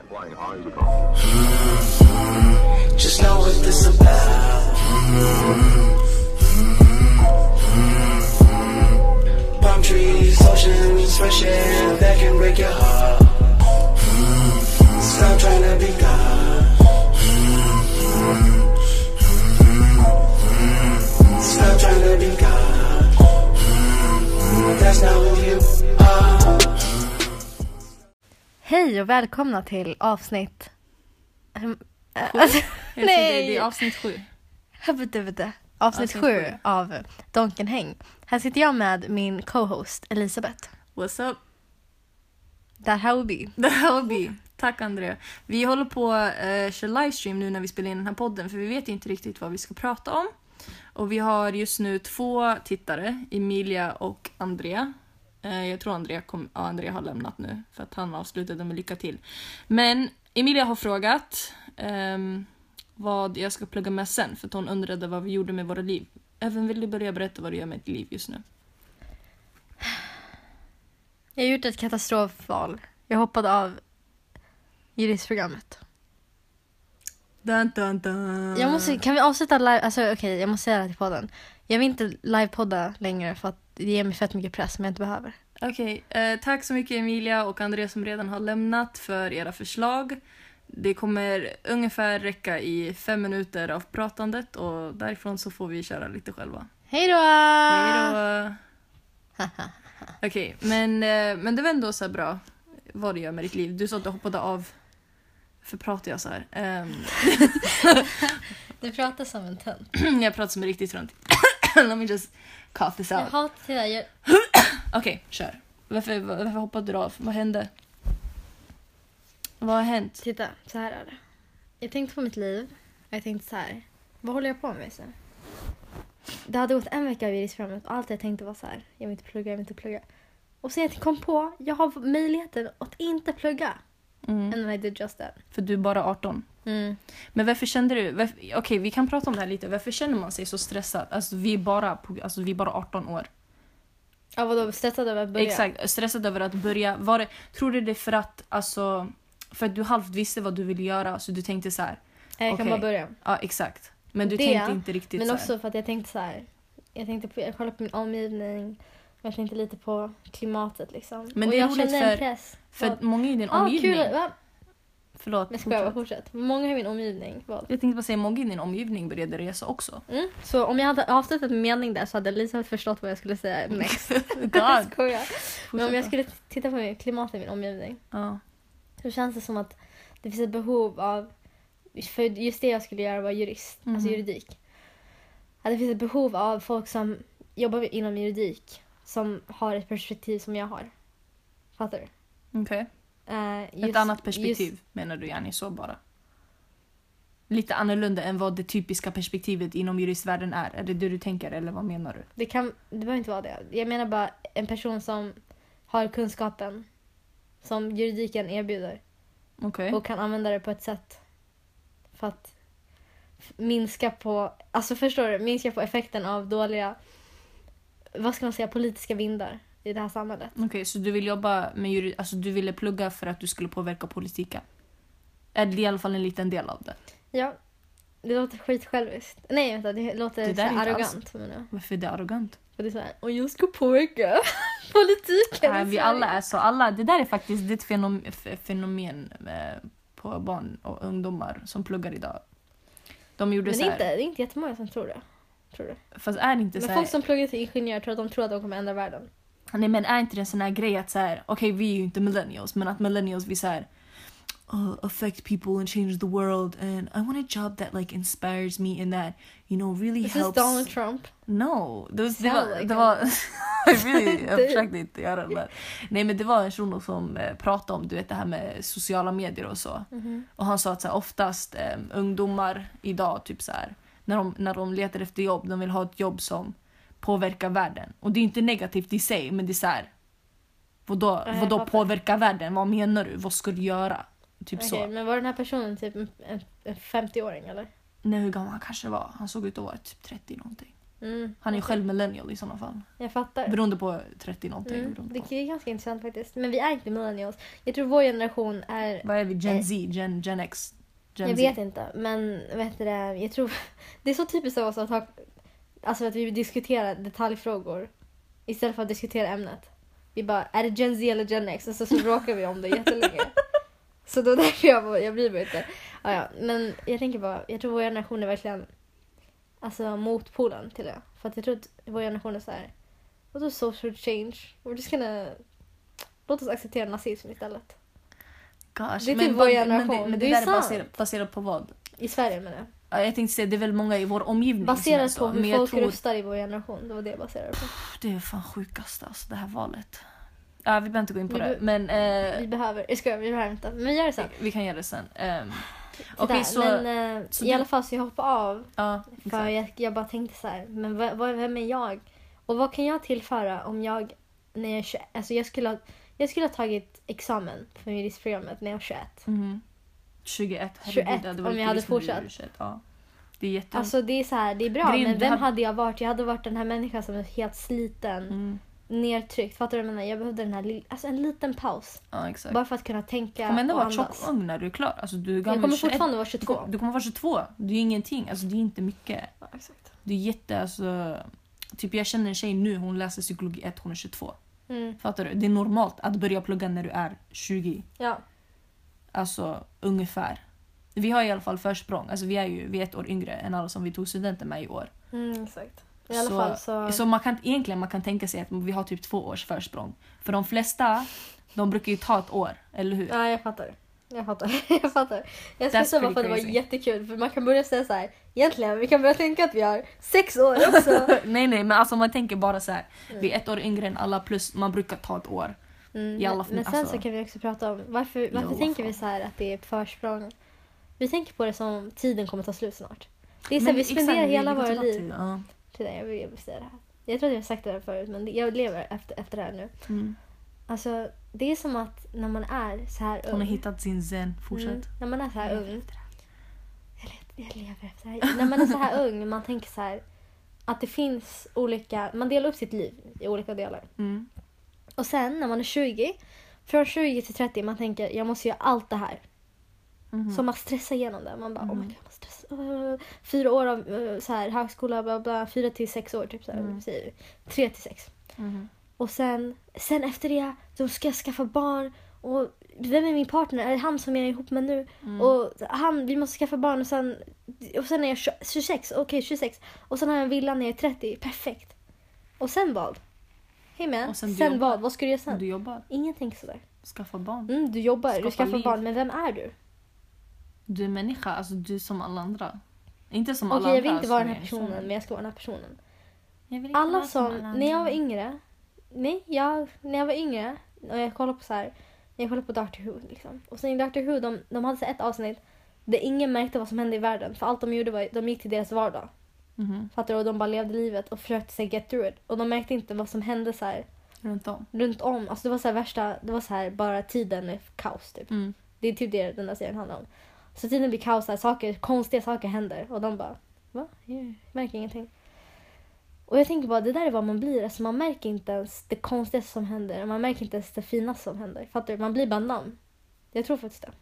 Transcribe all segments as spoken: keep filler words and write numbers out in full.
Flying high is a compliment. Just know what this about. Palm trees, oceans, fresh air that can break your heart. Stop trying to be God. Stop trying to be God. That's not who you are. Hej och välkomna till avsnitt... Um, alltså, nej, det, det är avsnitt sju. Vänta, vänta. Avsnitt, Avsnitt sju sju. av Donken Häng. Här sitter jag med min co-host Elisabeth. What's up? That how be. Det här be. Tack Andrea. Vi håller på att uh, köra livestream nu när vi spelar in den här podden. För vi vet inte riktigt vad vi ska prata om. Och vi har just nu två tittare. Emilia och Andrea. Uh, jag tror Andrea, kom, ja, Andrea har lämnat nu. För att han avslutade med lycka till. Men Emilia har frågat um, vad jag ska plugga med sen. För att hon undrade vad vi gjorde med våra liv. Även vill du börja berätta vad du gör med ditt liv just nu? Jag har gjort ett katastrofval. Jag hoppade av juristprogrammet. Dun, dun, dun. Jag måste, kan vi avsluta live? Alltså okej, okay, jag måste säga det här till podden. Jag vill inte livepodda längre för att det ger mig fett mycket press som jag inte behöver. Okej, okay, eh, tack så mycket Emilia och Andrea som redan har lämnat för era förslag. Det kommer ungefär räcka i fem minuter av pratandet och därifrån så får vi köra lite själva. Hej då! Hej då! Okej, okay, men, eh, men det var ändå så här bra vad du gör med ditt liv. Du sa att du hoppade av. För pratar jag så här? Um... Du pratar som en tönt. Jag pratar som en riktigt tönt. Let me just cough this out. Jag hatar det. Jag... Okej, okay, kör. Varför, varför hoppade du av? Vad hände? Vad har hänt? Titta, så här är det. Jag tänkte på mitt liv. Jag tänkte så här. Vad håller jag på med så? Det hade gått en vecka av juristprogrammet och allt jag tänkte var så här. Jag vill inte plugga, jag vill inte plugga. Och sen jag kom på, jag har möjligheten att inte plugga. Mm. And I did just that. För du är bara arton. Mm. Men varför kände du... Varför, okej, okay, vi kan prata om det här lite. Varför känner man sig så stressad? Alltså vi är bara, på, alltså, vi är bara arton år. Ja, vadå? Stressad över att börja? Exakt, stressad över att börja. Var det, tror du det är för att... Alltså, för att du halvt visste vad du ville göra. Så du tänkte så här... Jag kan okay. bara börja. Ja, exakt. Men du det, tänkte inte riktigt men så här. Men också för att jag tänkte så här... Jag tänkte på... Jag kollade på min omgivning. Jag tänkte lite på klimatet liksom. Men och det är jag roligt kände för, en press. För vad... många i din ah, omgivning... Kul, va? Förlåt. Jag ska bara fortsätta. Många i min omgivning. Vad? Jag tänkte bara säga många i din omgivning började resa också. Mm. Så om jag hade avslutat min mening där så hade Lisa förstått vad jag skulle säga next. God. Skojar. Men om jag skulle titta på klimatet i min omgivning. Ja. Så känns det som att det finns ett behov av... För just det jag skulle göra var jurist. Mm. Alltså juridik. Att det finns ett behov av folk som jobbar inom juridik. Som har ett perspektiv som jag har. Fattar du? Okej. Okay. Uh, ett annat perspektiv just, menar du gärna så bara? Lite annorlunda än vad det typiska perspektivet inom juristvärlden är. Är det det du tänker eller vad menar du? Det, kan, det behöver inte vara det. Jag menar bara en person som har kunskapen som juridiken erbjuder. Okay. Och kan använda det på ett sätt för att minska på, alltså förstår du, minska på effekten av dåliga, vad ska man säga, politiska vindar i det här samhället. Okej, okay, så du vill jobba med juri, alltså du ville plugga för att du skulle påverka politiken? Är det i alla fall en liten del av det? Ja, det låter skitsjälviskt. Nej, vänta, det låter det så arrogant. Alls... Varför är det arrogant? För det är så här, och jag ska påverka politiken. Nej, vi alla är så, alla, det där är faktiskt ett fenomen, fenomen på barn och ungdomar som pluggar idag. De gjorde men det är, så här, inte, det är inte jättemånga som tror det. Tror du? Fast är det inte men så här, folk som pluggar till ingenjör tror att de tror att de kommer ändra världen. Nej, men är inte det en sån här grej att så här, okej, okay, vi är ju inte millennials, men att millennials vi så här uh, affect people and change the world, and I want a job that like inspires me and that, you know, really This helps. Is Donald Trump? No, det var, det var, det var really, jag försökte inte göra det, men nej, men det var en shuno som eh, pratade om, du vet, det här med sociala medier och så. Mm-hmm. Och han sa att så här, oftast eh, ungdomar idag typ så här, när de när de letar efter jobb, de vill ha ett jobb som påverkar världen. Och det är inte negativt i sig, men det är så här, vadå, ja, vadå påverka världen? Vad menar du? Vad ska du göra? Typ okay, så. Men var den här personen typ en, en femtio-åring eller? Nej, hur gammal han kanske var. Han såg ut att vara typ trettio någonting. Mm. Han är ju själv millennial i sådana fall. Jag fattar. Beroende på trettio någonting. Mm. beroende på. Det är ganska intressant faktiskt. Men vi är inte millennials. Jag tror vår generation är... Vad är vi? Gen Eh, Z? Gen, Gen X? Gen jag Z? vet inte. Men vet du det, jag tror... Det är så typiskt av oss att ha... Alltså att vi vill diskutera detaljfrågor. Istället för att diskutera ämnet. Vi bara, är det Gen Z eller Gen X? Och så, så bråkar vi om det jättelänge. Så då därför jag, jag bryr mig inte. Ja, ja. Men jag tänker bara, jag tror vår generation är verkligen alltså motpolen till det. För att jag tror att vår generation är så här, what do social change? We're just gonna, låt oss acceptera nazism istället. Gosh, Det är men typ vad- vår Men generation. det, men Det det är där är sant. baserat, baserat på vad? I Sverige menar jag. Ja, jag tänkte säga, det är väl många i vår omgivning som är Baserat så, på hur men jag folk tror röstar i vår generation. Det var det jag baserade på. det är fan sjukast alltså, det här valet. Ja, vi behöver inte gå in på Vi det. be- Men eh, Vi behöver, jag skojar, vi behöver inte. Men vi gör det sen. vi kan göra det sen. Um, Titta, Okej, så... men eh, så i du- alla fall så jag hoppade av. ja, För exakt. jag, jag bara tänkte så här, men vad, vad, vem är jag? Och vad kan jag tillföra om jag, när jag är tjugoett, alltså jag skulle ha, jag skulle ha tagit examen för juristprogrammet när jag var tjugoett. Mhm. tjugoett, herregud, tjugoett, det hade varit om jag hade turism när du fortsatt. var tjugoett, ja. Det är jätte... Alltså det är så här, det är bra, Grejen, men du vem hade- hade jag varit? Jag hade varit den här människan som är helt sliten, mm, nedtryckt. Fattar du vad jag menar? Jag behövde den här, li- alltså en liten paus. ja, exakt. Bara för att kunna tänka Du kommer ändå och vara andas. tjock ung när du är klar. Alltså, du är gammal Jag kommer tjugoett. fortfarande vara Du tjugotvå. kommer, du kommer vara tjugotvå. Det är ju ingenting. Alltså, det är inte mycket. Ja, exakt. Det är jätte, alltså... Typ jag känner en tjej nu, hon läser psykologi ett, hon är tjugotvå. Mm. Fattar du? Det är normalt att börja plugga när du är tjugo. Ja. Alltså, ungefär. Vi har i alla fall försprång. Alltså, vi är ju vi är ett år yngre än alla som vi tog studenten med i år. Mm, exakt. I alla så, fall så... så man kan egentligen man kan tänka sig att vi har typ två års försprång. För de flesta, de brukar ju ta ett år, eller hur? Ja, jag fattar. Jag fattar. Jag fattar. Jag That's ska bara pretty för att det var crazy. jättekul. För man kan börja säga så här. Egentligen, vi kan börja tänka att vi har sex år också. nej, nej, men alltså man tänker bara så här. Mm. Vi är ett år yngre än alla plus man brukar ta ett år. Mm, I alla men, fall, men sen alltså- så kan vi också prata om varför, varför alla tänker fall. vi så här att det är ett försprång. Vi tänker på det som tiden kommer ta slut snart. Det är så här, vi exakt, spenderar vi- hela vi går våra tillbaka liv. till- Ja. Till det, jag vill jag vill säga det här. Jag tror att jag har sagt det här förut, men det- jag lever efter, efter det här nu. Mm. Alltså, det är som att när man är så här ung. Hon har hittat sin zen. Fortsätt. Mm, när man är så här Jag ung. lever efter Jag, le- jag lever efter det här. När man är så här ung, man tänker så här att det finns olika, man delar upp sitt liv i olika delar. Mm. Och sen när man är tjugo, från tjugo till trettio, man tänker jag måste göra allt det här. Mhm. Så man stressar igenom det. Man bara, Mm. oh my god, man stressar. Uh, fyra år av uh, så här, högskola, bla bla, fyra till sex år, typ så här, Mm. säger vi. Tre till sex. Mhm. Och sen, sen efter det, då ska jag skaffa barn. Och vem är min partner? Är det han som jag är ihop med nu? Mm. Och han, vi måste skaffa barn och sen, och sen är jag tjugo- tjugosex, okej tjugosex. Och sen har jag en villa när jag är trettio, perfekt. Och sen vad? Hej man, Och sen sen, du jobbar. vad? Vad ska du göra sen? Du jobbar. Ingenting sådär. Skaffa barn. Mm, du jobbar, du Skapa skaffar liv. barn, men vem är du? Du är människa. Alltså du är som alla andra. Inte som Okej, alla jag vill andra. inte vara som den här är som- personen, men jag ska vara den här personen. Jag vill inte Alla vara som, alla när jag var andra. yngre, nej, jag, när jag var yngre och jag kollade på så här, jag kollade på Doctor Who liksom. Och sen i Doctor Who, de, de hade så ett avsnitt där ingen märkte vad som hände i världen. För allt de gjorde var, de gick till deras vardag. Mhm. Fattar du? Och de bara levde livet och försökte sig get through it. Och de märkte inte vad som hände så här Runt om. runt om. Alltså det var så här värsta, det var så här bara tiden är kaos typ. Mm. Det är typ det den där serien handlar om. Så tiden blir kaos, så här, saker, konstiga saker händer. Och de bara, va? Jag märker ingenting. Och jag tänker bara, det där är vad man blir. Alltså man märker inte ens det konstigaste som händer. Man märker inte ens det finaste som händer. Fattar du? Man blir bara namn. Jag tror faktiskt det.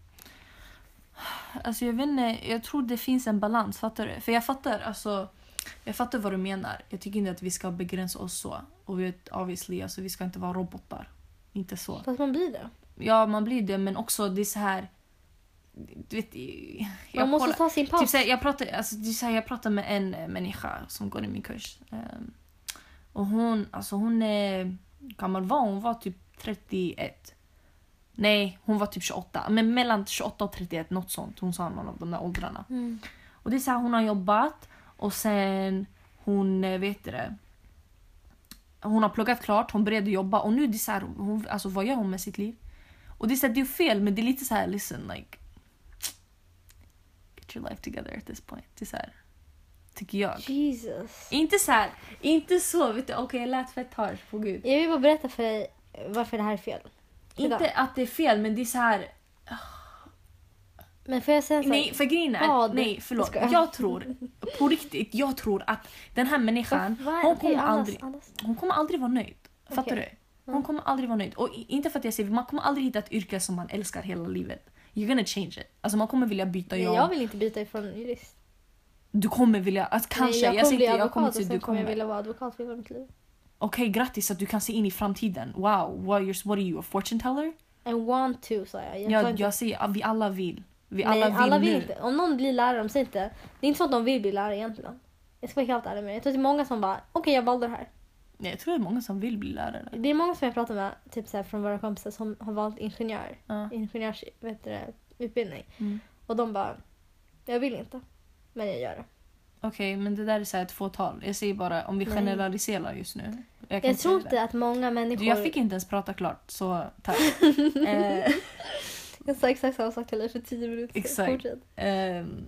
Alltså jag vet inte, jag tror det finns en balans, fattar du? För jag fattar, alltså, jag fattar vad du menar. Jag tycker inte att vi ska begränsa oss så. Och vi vet, obviously, alltså vi ska inte vara robotar. Inte så. Fast man blir det. Ja, man blir det, men också det är så här... Du vet, jag Man måste kollar- ta sin paus. Typ så här, jag, pratar, alltså, det är så här, jag pratar med en eh, människa som går i min kurs. Ehm, och hon, alltså hon är... Gammal var hon? var typ trettioett. Nej, hon var typ tjugoåtta. Men mellan tjugoåtta och trettioett, något sånt. Hon sa någon av de där åldrarna. Mm. Och det är så här, hon har jobbat. Och sen, hon, eh, vet du det... Hon har pluggat klart, hon började jobba. Och nu är det så här, hon, alltså vad gör hon med sitt liv? Och det är så här, det är fel, men det är lite så här, listen, like... Get your life together at this point. Det är så här, tycker jag. Jesus. Inte så här, inte så, vet du. Okej, okay, jag lät fett harsh, på gud. Jag vill bara berätta för dig varför det här är fel. Inte att det är fel, men det är så här... Men får jag säga så här, Nej, för grejen är, vad? nej förlåt, Ska jag- jag tror, på riktigt, jag tror att den här människan, vad är- hon okej, kommer andas, aldrig, andas. hon kommer aldrig vara nöjd. Fattar Okej. du? Hon Mm. kommer aldrig vara nöjd. Och i- inte för att jag säger, man kommer aldrig hitta ett yrke som man älskar hela livet. You're gonna change it. Alltså man kommer vilja byta Nej, jobb. jag vill inte byta ifrån jurist. Du kommer vilja, alltså, kanske, Nej, jag jag, kommer säger bli inte, jag advokat kommer och inte sen du kommer jag kommer. vilja vara advokat för hela mitt liv. Okej, grattis att du kan se in i framtiden. Wow, what, you're, what are you, a fortune teller? I want to, sa jag. jag sa Ja, inte- jag säger att vi alla vill. Vi Nej, alla vill alla vill nu. inte. Om någon blir lärare, de säger inte. Det är inte så att de vill bli lärare egentligen. Jag ska vara helt ärlig med det. Jag tror att det är många som bara, okej okay, jag valde det här. Nej, jag tror det är många som vill bli lärare. Det är många som jag pratar med, typ så här, från våra kompisar som har valt ingenjör. Ja. Ingenjörs, vet du det, utbildning. Mm. Och de bara, jag vill inte. Men jag gör det. Okej, men det där är så här ett fåtal. Jag säger bara, om vi Nej. generaliserar just nu. Jag, kan Jag tror säga inte det. att många människor... Du, jag fick inte ens prata klart, så tack. eh, Jag sa exakt samma sak till dig för tio minuter. Exakt. Fortsätt. ehm,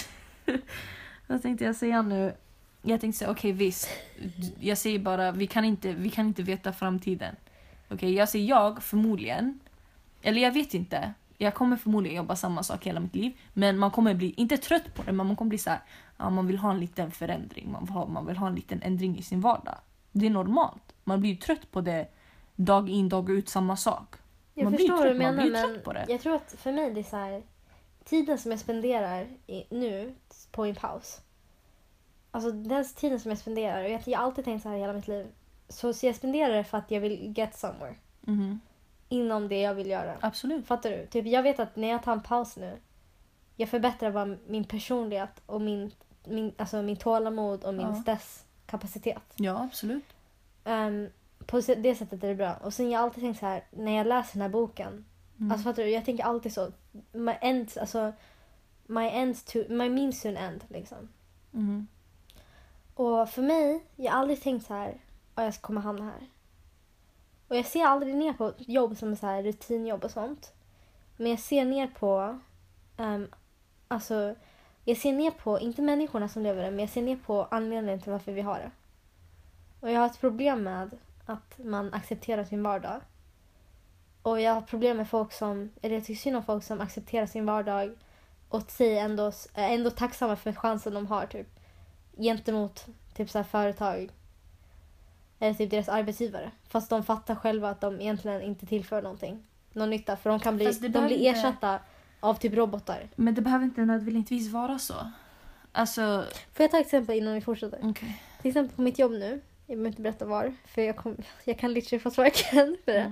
vad tänkte jag säga nu? Jag tänkte säga, okej visst. Jag säger bara, vi kan inte, vi kan inte veta framtiden. Okej, jag säger jag förmodligen. Eller jag vet inte. Jag kommer förmodligen jobba samma sak hela mitt liv. Men man kommer bli, inte trött på det, men man kommer bli så här, ja, man vill ha en liten förändring. Man vill, ha, man vill ha en liten ändring i sin vardag. Det är normalt. Man blir ju trött på det dag in, dag ut, samma sak. Jag Man blir förstår vad trött, du man menar, blir men trött på det. jag tror att för mig det är så här, tiden som jag spenderar i, nu på en paus. Alltså den tiden som jag spenderar, och jag, jag har alltid tänkt så här hela mitt liv. Så, så jag spenderar det för att jag vill get somewhere. Mhm. Inom det jag vill göra. Absolut. Fattar du? Typ, jag vet att när jag tar en paus nu, jag förbättrar bara min personlighet och min, min, alltså min tålamod och min Ja. stresskapacitet. Ja, absolut. Um, på se- det sättet är det bra. Och sen jag har alltid tänkt så här, när jag läser den här boken. Mm. Alltså fattar du? Jag tänker alltid så. My ends, alltså, my ends to, my means to an end liksom. Mhm. Och för mig, jag har aldrig tänkt så här, att jag ska komma hamna här. Och jag ser aldrig ner på jobb som är så här rutinjobb och sånt. Men jag ser ner på, um, alltså, jag ser ner på, inte människorna som lever det, men jag ser ner på anledningen till varför vi har det. Och jag har ett problem med att man accepterar sin vardag. Och jag har problem med folk som, eller jag tycker synd om folk som accepterar sin vardag och säger ändå, är ändå tacksamma för chansen de har typ gentemot typ så här företag eller typ deras arbetsgivare. Fast de fattar själva att de egentligen inte tillför någonting. Någon nytta. För de kan bli, Fast det de behöver blir inte- ersatta av typ robotar. Men det behöver inte nödvändigtvis vara så. Alltså, Får jag ta ett exempel innan vi fortsätter? okej. Till exempel på mitt jobb nu. Jag behöver inte berätta var. För jag, kom, jag kan literally få sparken för det. Mm.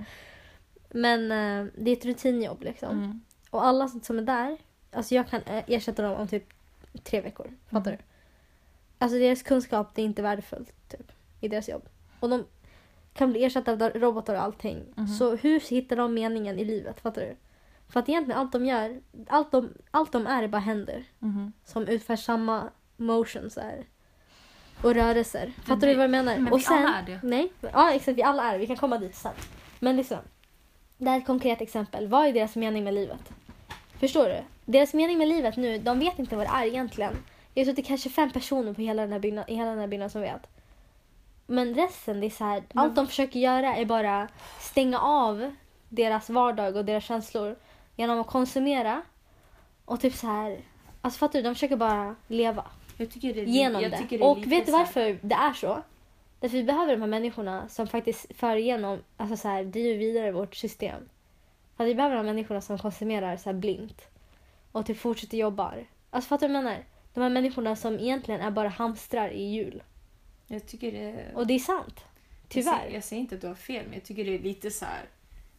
Men eh, det är ett rutinjobb liksom. Mm. Och alla som är där. Alltså jag kan eh, ersätta dem om typ tre veckor. Fattar Mm. du? Alltså deras kunskap det är inte värdefullt typ, i deras jobb. Och de kan bli ersatta av robotar och allting. Mhm. Så hur hittar de meningen i livet? Fattar du? För att egentligen allt de gör, allt de, allt de är är bara händer. Mhm. Som utför samma motions här. Och rörelser. Fattar det- du vad jag menar? men och vi alla är det. Nej, ja exakt vi alla är det. Vi kan komma dit sen. Men liksom. Det här är ett konkret exempel. Vad är deras mening med livet? Förstår du? Deras mening med livet nu, de vet inte vad det är egentligen. Jag tror att det är kanske fem personer på hela den här byggnaden, i hela den här byggnaden som vet. Men resten, det är så här, Men- allt de försöker göra är bara stänga av deras vardag och deras känslor genom att konsumera. Och typ så här, alltså fattar du, de försöker bara leva Jag tycker det är, genom jag det. tycker det är Och lite vet du så här- varför det är så? Därför vi behöver de här människorna som faktiskt för igenom, alltså så här, driver vidare vårt system. För att vi behöver de här människorna som konsumerar så här blint. Och typ fortsätter jobba. Alltså fattar du vad jag menar? De här människorna som egentligen är bara hamstrar i hjul. Jag tycker det... Och det är sant. Jag Tyvärr. säger, jag säger inte att du har fel, men jag tycker det är lite så här.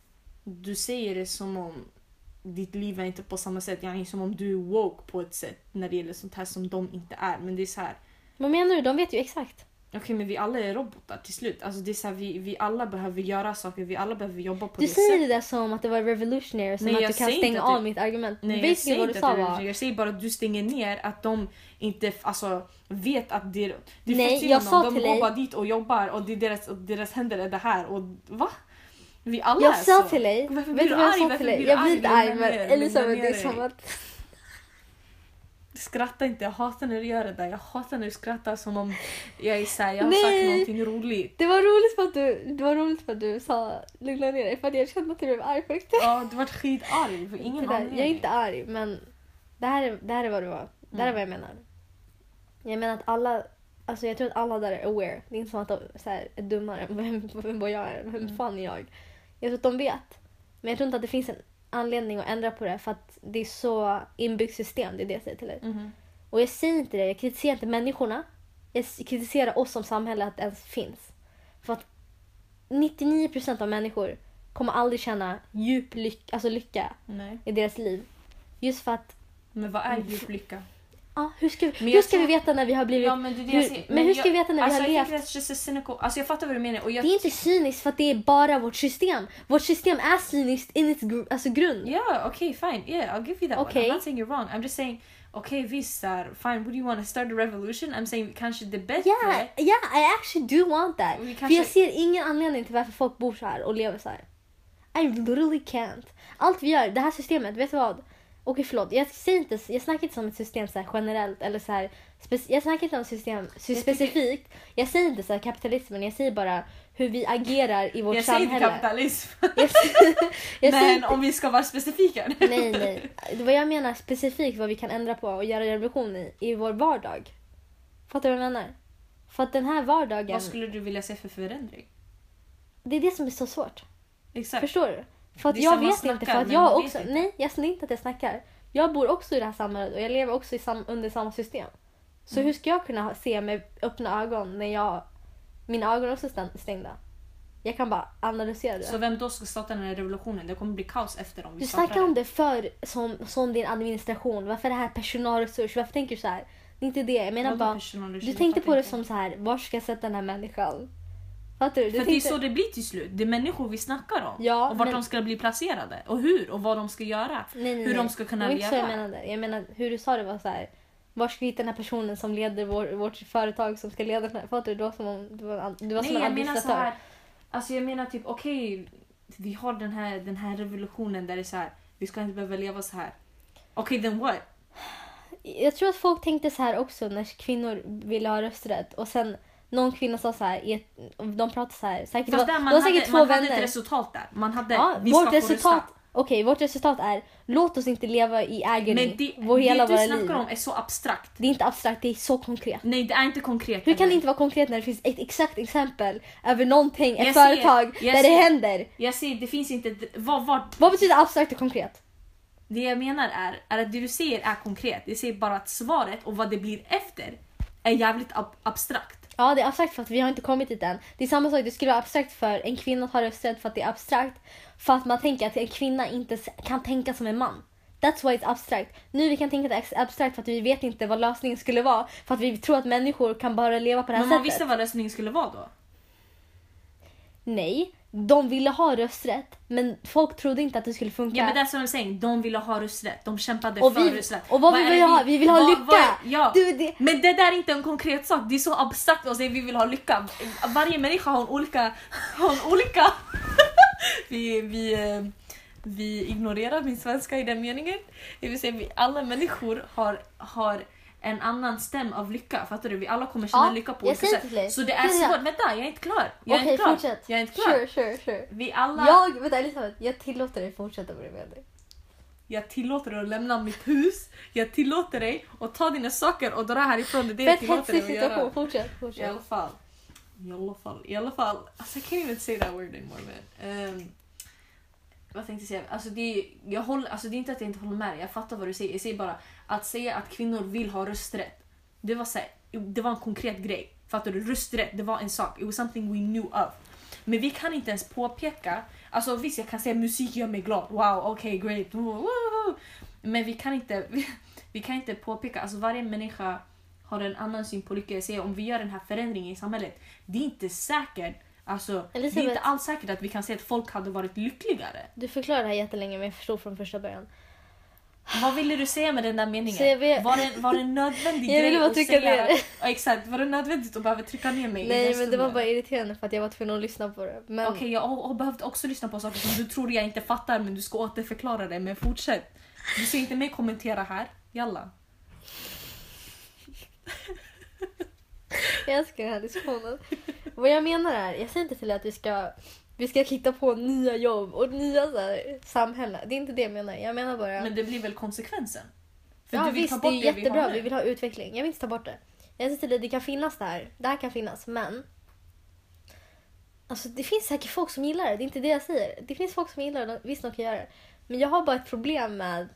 Du säger det som om ditt liv är inte på samma sätt. Yani som om du är woke på ett sätt när det gäller sånt här som de inte är. Men det är så här. Vad menar du? De vet ju exakt. Okej, men vi alla är robotar till slut. Alltså det är så här, vi, vi alla behöver göra saker. Vi alla behöver jobba på Du det säger sättet. det där som att det var revolutionary. Som Nej, att jag du kan säger stänga inte att av det- mitt argument. Nej, jag Basically säger vad du inte sa att det är var... jag säger bara att du stänger ner att de inte alltså, vet att det, det är Nej, fett synd jag om sa dem. till De dig- går bara dit och jobbar och det är deras, och deras händer är det här. Och va? Vi alla Jag är sa så. till dig. Varför Vet blir du du vad jag arg? sa Varför till dig? blir du Jag blir arg? inte arg Lugna men ner, Elisabeth lugna det är ner som dig. att... Skratta inte, jag hatar när du gör det där. Jag hatar när du skrattar som om jag är så här, jag har Nej. sagt någonting roligt. Det var roligt för att du, det var roligt för att du sa lugna ner dig. För att jag kände att jag blev arg på riktigt. Ja, du vart skitarg för Det ingen där, anledning. jag är inte arg men Det här är, det här är vad det var. Det här är vad jag menar. Jag menar att alla... Alltså jag tror att alla där är aware. Det är inte som att de så här, är dummare än vem, vem vad jag är. Vem Mm. fan är jag? Jag tror att de vet. Men jag tror inte att det finns en anledning att ändra på det. För att det är så inbyggt system. Det är det jag säger till dig. Mhm. Och jag säger inte det. Jag kritiserar inte människorna. Jag kritiserar oss som samhälle att det ens finns. För att nittionio procent av människor kommer aldrig känna djup lyck, alltså lycka Nej. i deras liv. Just för att, Men vad är djup lycka? ja, hur ska, Men hur jag ska vi tror- veta när vi har blivit... Ja, men det är det hur, jag säger. men hur ska jag, vi veta när vi alltså, har jag levt? That's just a cynical. Alltså jag fattar vad du menar. Och jag, Det är inte cyniskt för att det är bara vårt system. Vårt system är cyniskt in its gr- alltså grund. Yeah, okay, fine. Yeah, I'll give you that Okay. one. I'm not saying you're wrong. I'm just saying, okay, visst där, fine, what do you want to start a revolution? I'm saying kanske det bättre. Yeah, yeah, I actually do want that. Vi För kanske- jag ser ingen anledning till varför folk bor så här och lever så här. I literally can't. Allt vi gör, det här systemet, vet du vad? Okej, förlåt. Jag säger inte, jag snackar inte om ett system så här generellt eller så här spec- jag snackar inte om system så Jag specifikt. Jag säger inte så här kapitalismen, jag säger bara hur vi agerar i vårt Jag säger samhälle. inte kapitalism. Jag, jag säger Men inte, om vi ska vara specifika. nej, nej. Det var jag menar specifikt vad vi kan ändra på och göra revolution i, i vår vardag. Fattar du vad jag menar? För att den här vardagen, Vad skulle du vilja se för förändring? det är det som är så svårt. Exakt. Förstår du? För att Det är jag som man vet inte, snackar, för att men jag man vet också, inte. nej, jag säger inte att jag snackar. Jag bor också i det här samhället och jag lever också i sam, under samma system. Så Mm. hur ska jag kunna ha- se med öppna ögon när jag, mina ögon är också stäng- stängda? Jag kan bara analysera det. Så vem då ska starta den här revolutionen? Det kommer bli kaos efter om vi Du startar snackar om det. det för som, som din administration. Varför är det här personalresurs? Varför tänker du så här? Det är inte det. Jag menar Vadå bara, personalresurs? du Jag tänkte fattar på det inte. som så här, var ska jag sätta den här människan? Fattar du? du För det är tänkte, så det blir till slut. Det är människor vi snackar om. Ja, och vart men- de ska bli placerade. Och hur. Och vad de ska göra. nej, nej, hur nej. de ska kunna det var inte så jag leva. menade. Jag menar, hur du sa det var så här. Var ska vi hitta den här personen som leder vår, vårt företag som ska leda den här? Fattar du? Det var som om du var, an- du var som Nej, en jag menar så administratör. här. Alltså jag menar typ, okej, vi har den här, den här revolutionen där det är så här, vi ska inte behöva leva så här. Okej, then what? Jag tror att folk tänkte så här också när kvinnor ville ha rösträtt. Och sen någon kvinna sa så här, i ett, de pratade så här. Säkert, det Fast var, där det man, var säkert hade, två man hade vänner. ett resultat där. Man hade, Ja, vi vårt ska få resultat, rösta. okej, vårt resultat är låt oss inte leva i agony Men det, vår hela det våra du snackar liv. om är så abstrakt. Det är inte abstrakt, det är så konkret. Nej, det är inte konkret. Hur kan eller? det inte vara konkret när det finns ett exakt exempel över någonting, ett Jag ser- företag jag där ser- det händer? Jag säger, det finns inte... Vad, vad, Vad betyder abstrakt och konkret? det jag menar är, är att det du säger är konkret. Jag säger bara att svaret och vad det blir efter är jävligt ab- abstrakt. Ja, det är abstrakt för att vi har inte kommit dit än. Det är samma sak, det skulle vara abstrakt för en kvinna att ha rösträtt för att det är abstrakt. För att man tänker att en kvinna inte s- kan tänka som en man. That's why it's abstract. Nu vi kan tänka att det är abstrakt för att vi vet inte vad lösningen skulle vara. För att vi tror att människor kan bara leva på det här Men man sättet. visste vad lösningen skulle vara då. Nej, de ville ha rösträtt. Men folk trodde inte att det skulle funka. Ja, men det är som jag säger, de ville ha rösträtt. De kämpade och, för vi, rösträtt. och vad, är vill det vi ha? Vi vill ha vad- lycka. vad- ja. Du, det, Men det där är inte en konkret sak. Det är så abstrakt att säga vi vill ha lycka. Varje människa har en olika... Har en olika. vi, vi, eh, vi ignorerar min svenska i den meningen. Det vill säga vi, alla människor har, har en annan stäm av lycka. Fattar du? Vi alla kommer känna Ja, lycka på jag olika säger sätt. till dig. Så det är Ja, ja. svårt. Vänta, jag är inte klar. Jag är Okej, inte klar. fortsätt. Jag är inte klar. Sure, sure, sure. Vi alla... Jag, vänta Elisabeth, jag tillåter dig fortsätta vad du menar. Jag tillåter dig att lämna mitt hus. Jag tillåter dig att ta dina saker och dra härifrån. Det är det jag Fett tillåter hetsig dig att göra. situation, fortsätt, I fortsätt. alla fall. I alla fall. I alla fall. Alltså, I can't even say that word anymore, man. Um, vad tänkte jag säga? Alltså det, är, jag håller, alltså det är inte att jag inte håller med dig. Jag fattar vad du säger. Jag säger bara att säga att kvinnor vill ha rösträtt. Det var, så här, det var en konkret grej. Fattar du? Rösträtt, det var en sak. It was something we knew of. Men vi kan inte ens påpeka. Alltså visst, jag kan säga musik gör mig glad. Wow, okej, okay, great. Woo, woo, woo. Men vi kan inte vi, vi kan inte påpeka. Alltså varje människa har en annan syn på lycka. Jag säger, om vi gör den här förändringen i samhället, det är inte säkert. Alltså, det är Elisabeth. inte alls säkert att vi kan säga att folk hade varit lyckligare. Du förklarar det här jättelänge men jag förstod från första början. Vad ville du säga med den där meningen? Så jag vet- Var det, var det en nödvändig Jag ville grej bara att trycka säga? ner. Ja, exakt, var det nödvändigt att behöva trycka ner mig i Nej den men det var stunden? bara irriterande för att jag var tvungen att lyssna på det. Men Okej, jag har, har behövt också lyssna på saker som du tror jag inte fattar, men du ska återförklara det. Men fortsätt. Du ser inte mig kommentera här. Jalla. jag älskar den här diskussionen. Vad jag menar är, jag säger inte till att vi ska vi ska hitta på nya jobb och nya så här, samhällen. Det är inte det jag menar. Jag menar bara... Men det blir väl konsekvensen? För ja du vill visst, ta det är bort ju det vi jättebra. har Vi nu. vill ha utveckling. Jag vill inte ta bort det. Jag säger till dig, det kan finnas där. Det här kan finnas, men... Alltså det finns säkert folk som gillar det. Det är inte det jag säger. Det finns folk som gillar det. Visst, de kan göra det. Men jag har bara ett problem med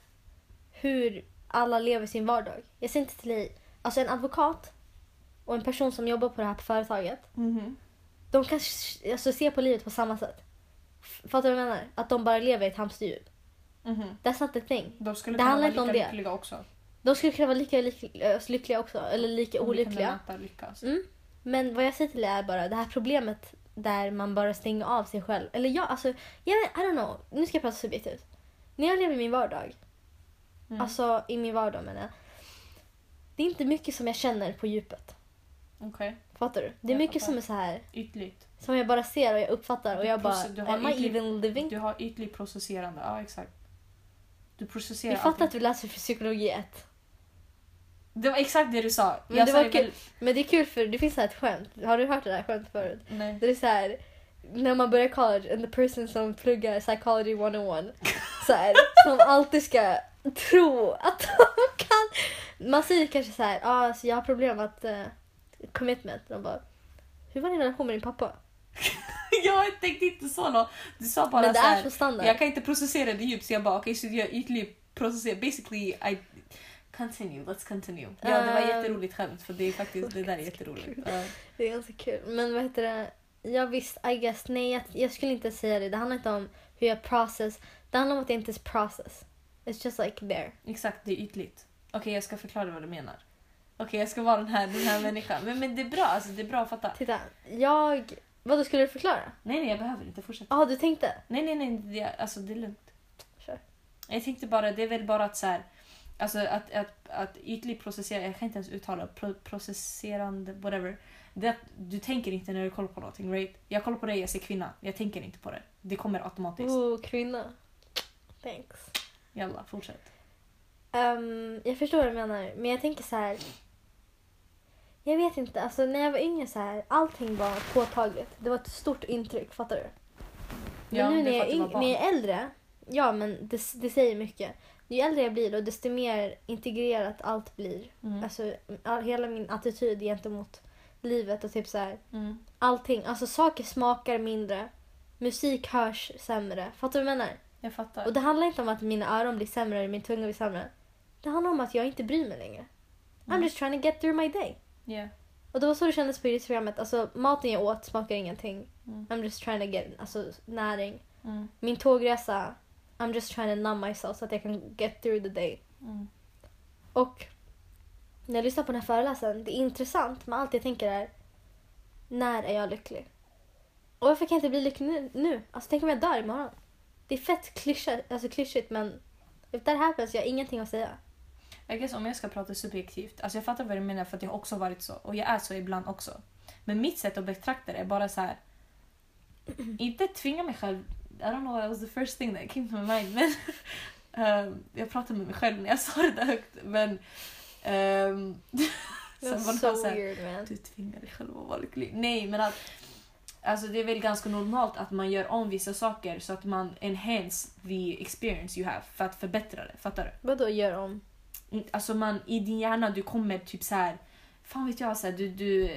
hur alla lever sin vardag. Jag säger inte till dig... Alltså en advokat och en person som jobbar på det här på företaget. Mhm. De kan alltså, se på livet på samma sätt. F- Fattar du vad jag menar? Att de bara lever i ett hamsterhjul. Mhm. That's not the thing. De skulle Det kunna handlar vara inte lika om det. lyckliga också. De skulle kunna vara lika lyckliga, lyckliga också. Eller lika Om vi kunde olyckliga. mäta lycka, alltså. Mm. Men vad jag säger till dig är bara det här problemet där man bara stänger av sig själv. Eller jag, alltså, jag vet, I don't know. Nu ska jag prata subjektivt. När jag lever min vardag, Mm. alltså i min vardag menar jag. Det är inte mycket som jag känner på djupet. Okej, Fattar du? Det är Jag mycket fattar. som är så här, ytligt. som jag bara ser och jag uppfattar och jag bara, Proce- du har am I ytlig- even living? Du har ytlig processerande, ja exakt. Du processerar Jag fattar allting. att du läser för psykologi ett. Det var exakt det du sa. Men Jag det sa var det kul. väl- Men det är kul för det finns så här ett skämt. Har du hört det där skämtet förut? Nej. Det är så här, när man börjar college and the person som pluggar psychology one oh one så här, som alltid ska tro att de kan. Man säger kanske så här, ah, alltså jag har problem med att uh, commitment. De bara, hur var din relation med din pappa? Jag tänkte inte så långt. Du sa bara Men det så är här, så standard. jag kan inte processera det djupt så jag bara okej så jag ytlig processerar. Basically I continue, let's continue. Ja det var Um, jätteroligt skämt för det är faktiskt det där är jätteroligt. Ja. Det är ganska kul. Men vad heter det? Ja visst, I guess. Nej, jag, jag skulle inte säga det. Det handlar inte om hur jag process. Det handlar om att det inte är process. It's just like there. Exakt, det är ytligt. Okej jag ska förklara vad du menar. Okej jag ska vara den här, den här människan. Men, men det är bra, alltså det är bra att fatta. Titta, jag... Vad då skulle du förklara? Nej nej jag behöver inte fortsätta. Ja, ah, du tänkte? Nej nej nej, det, alltså det är lugnt. Kör. Jag tänkte bara, det är väl bara att så här, alltså att, att, att ytlig processera, jag kan inte ens uttala pro, processerande, whatever. Det att du tänker inte när du kollar på någonting, right? Jag kollar på dig, jag ser kvinna, jag tänker inte på det. Det kommer automatiskt. Oh, kvinna. Thanks. Jalla, fortsätt. Um, jag förstår vad du menar. Men jag tänker så här. Jag vet inte, alltså när jag var yngre så här, allting var påtagligt. Det var ett stort intryck, fattar du? Men Ja, nu det är när för jag, att du var yng- barn. när jag är äldre, ja men det, det säger mycket. Ju äldre jag blir och desto mer integrerat allt blir. Mm. Alltså all, hela min attityd gentemot livet och typ så här, Mm. allting. Alltså saker smakar mindre. Musik hörs sämre. Fattar du vad jag menar? Jag fattar. Och det handlar inte om att mina öron blir sämre eller min tunga blir sämre. Det handlar om att jag inte bryr mig längre. I'm Mm. just trying to get through my day. Yeah. Och det var så det kändes på programmet. Alltså maten jag åt smakar ingenting. Mm. I'm just trying to get alltså, näring. Mm. Min tågresa, I'm just trying to numb myself så att jag kan get through the day. Mm. Och när jag lyssnar på den här föreläsaren, det är intressant, men allt jag tänker är, när är jag lycklig? Och varför kan jag inte bli lycklig nu? nu? Alltså tänk om jag dör imorgon. Det är fett klyschigt, alltså klyschigt, men if that happens, jag har ingenting att säga. Jag guess om jag ska prata subjektivt, alltså jag fattar vad du menar för att jag har också varit så. Och jag är så ibland också. Men mitt sätt att betrakta det är bara så här. Inte tvinga mig själv. I don't know, that was the first thing that came to my mind. Men um, jag pratade med mig själv när jag sa det där högt. Men um, Det sen var var det så så här, weird, man. du tvingar dig själv att vara lycklig. Nej, men att alltså det är väl ganska normalt att man gör om vissa saker så att man enhance the experience you have för att förbättra det. Fattar du? Vadå gör om? Alltså man i din hjärna du kommer typ så här, fan vet jag så här, du du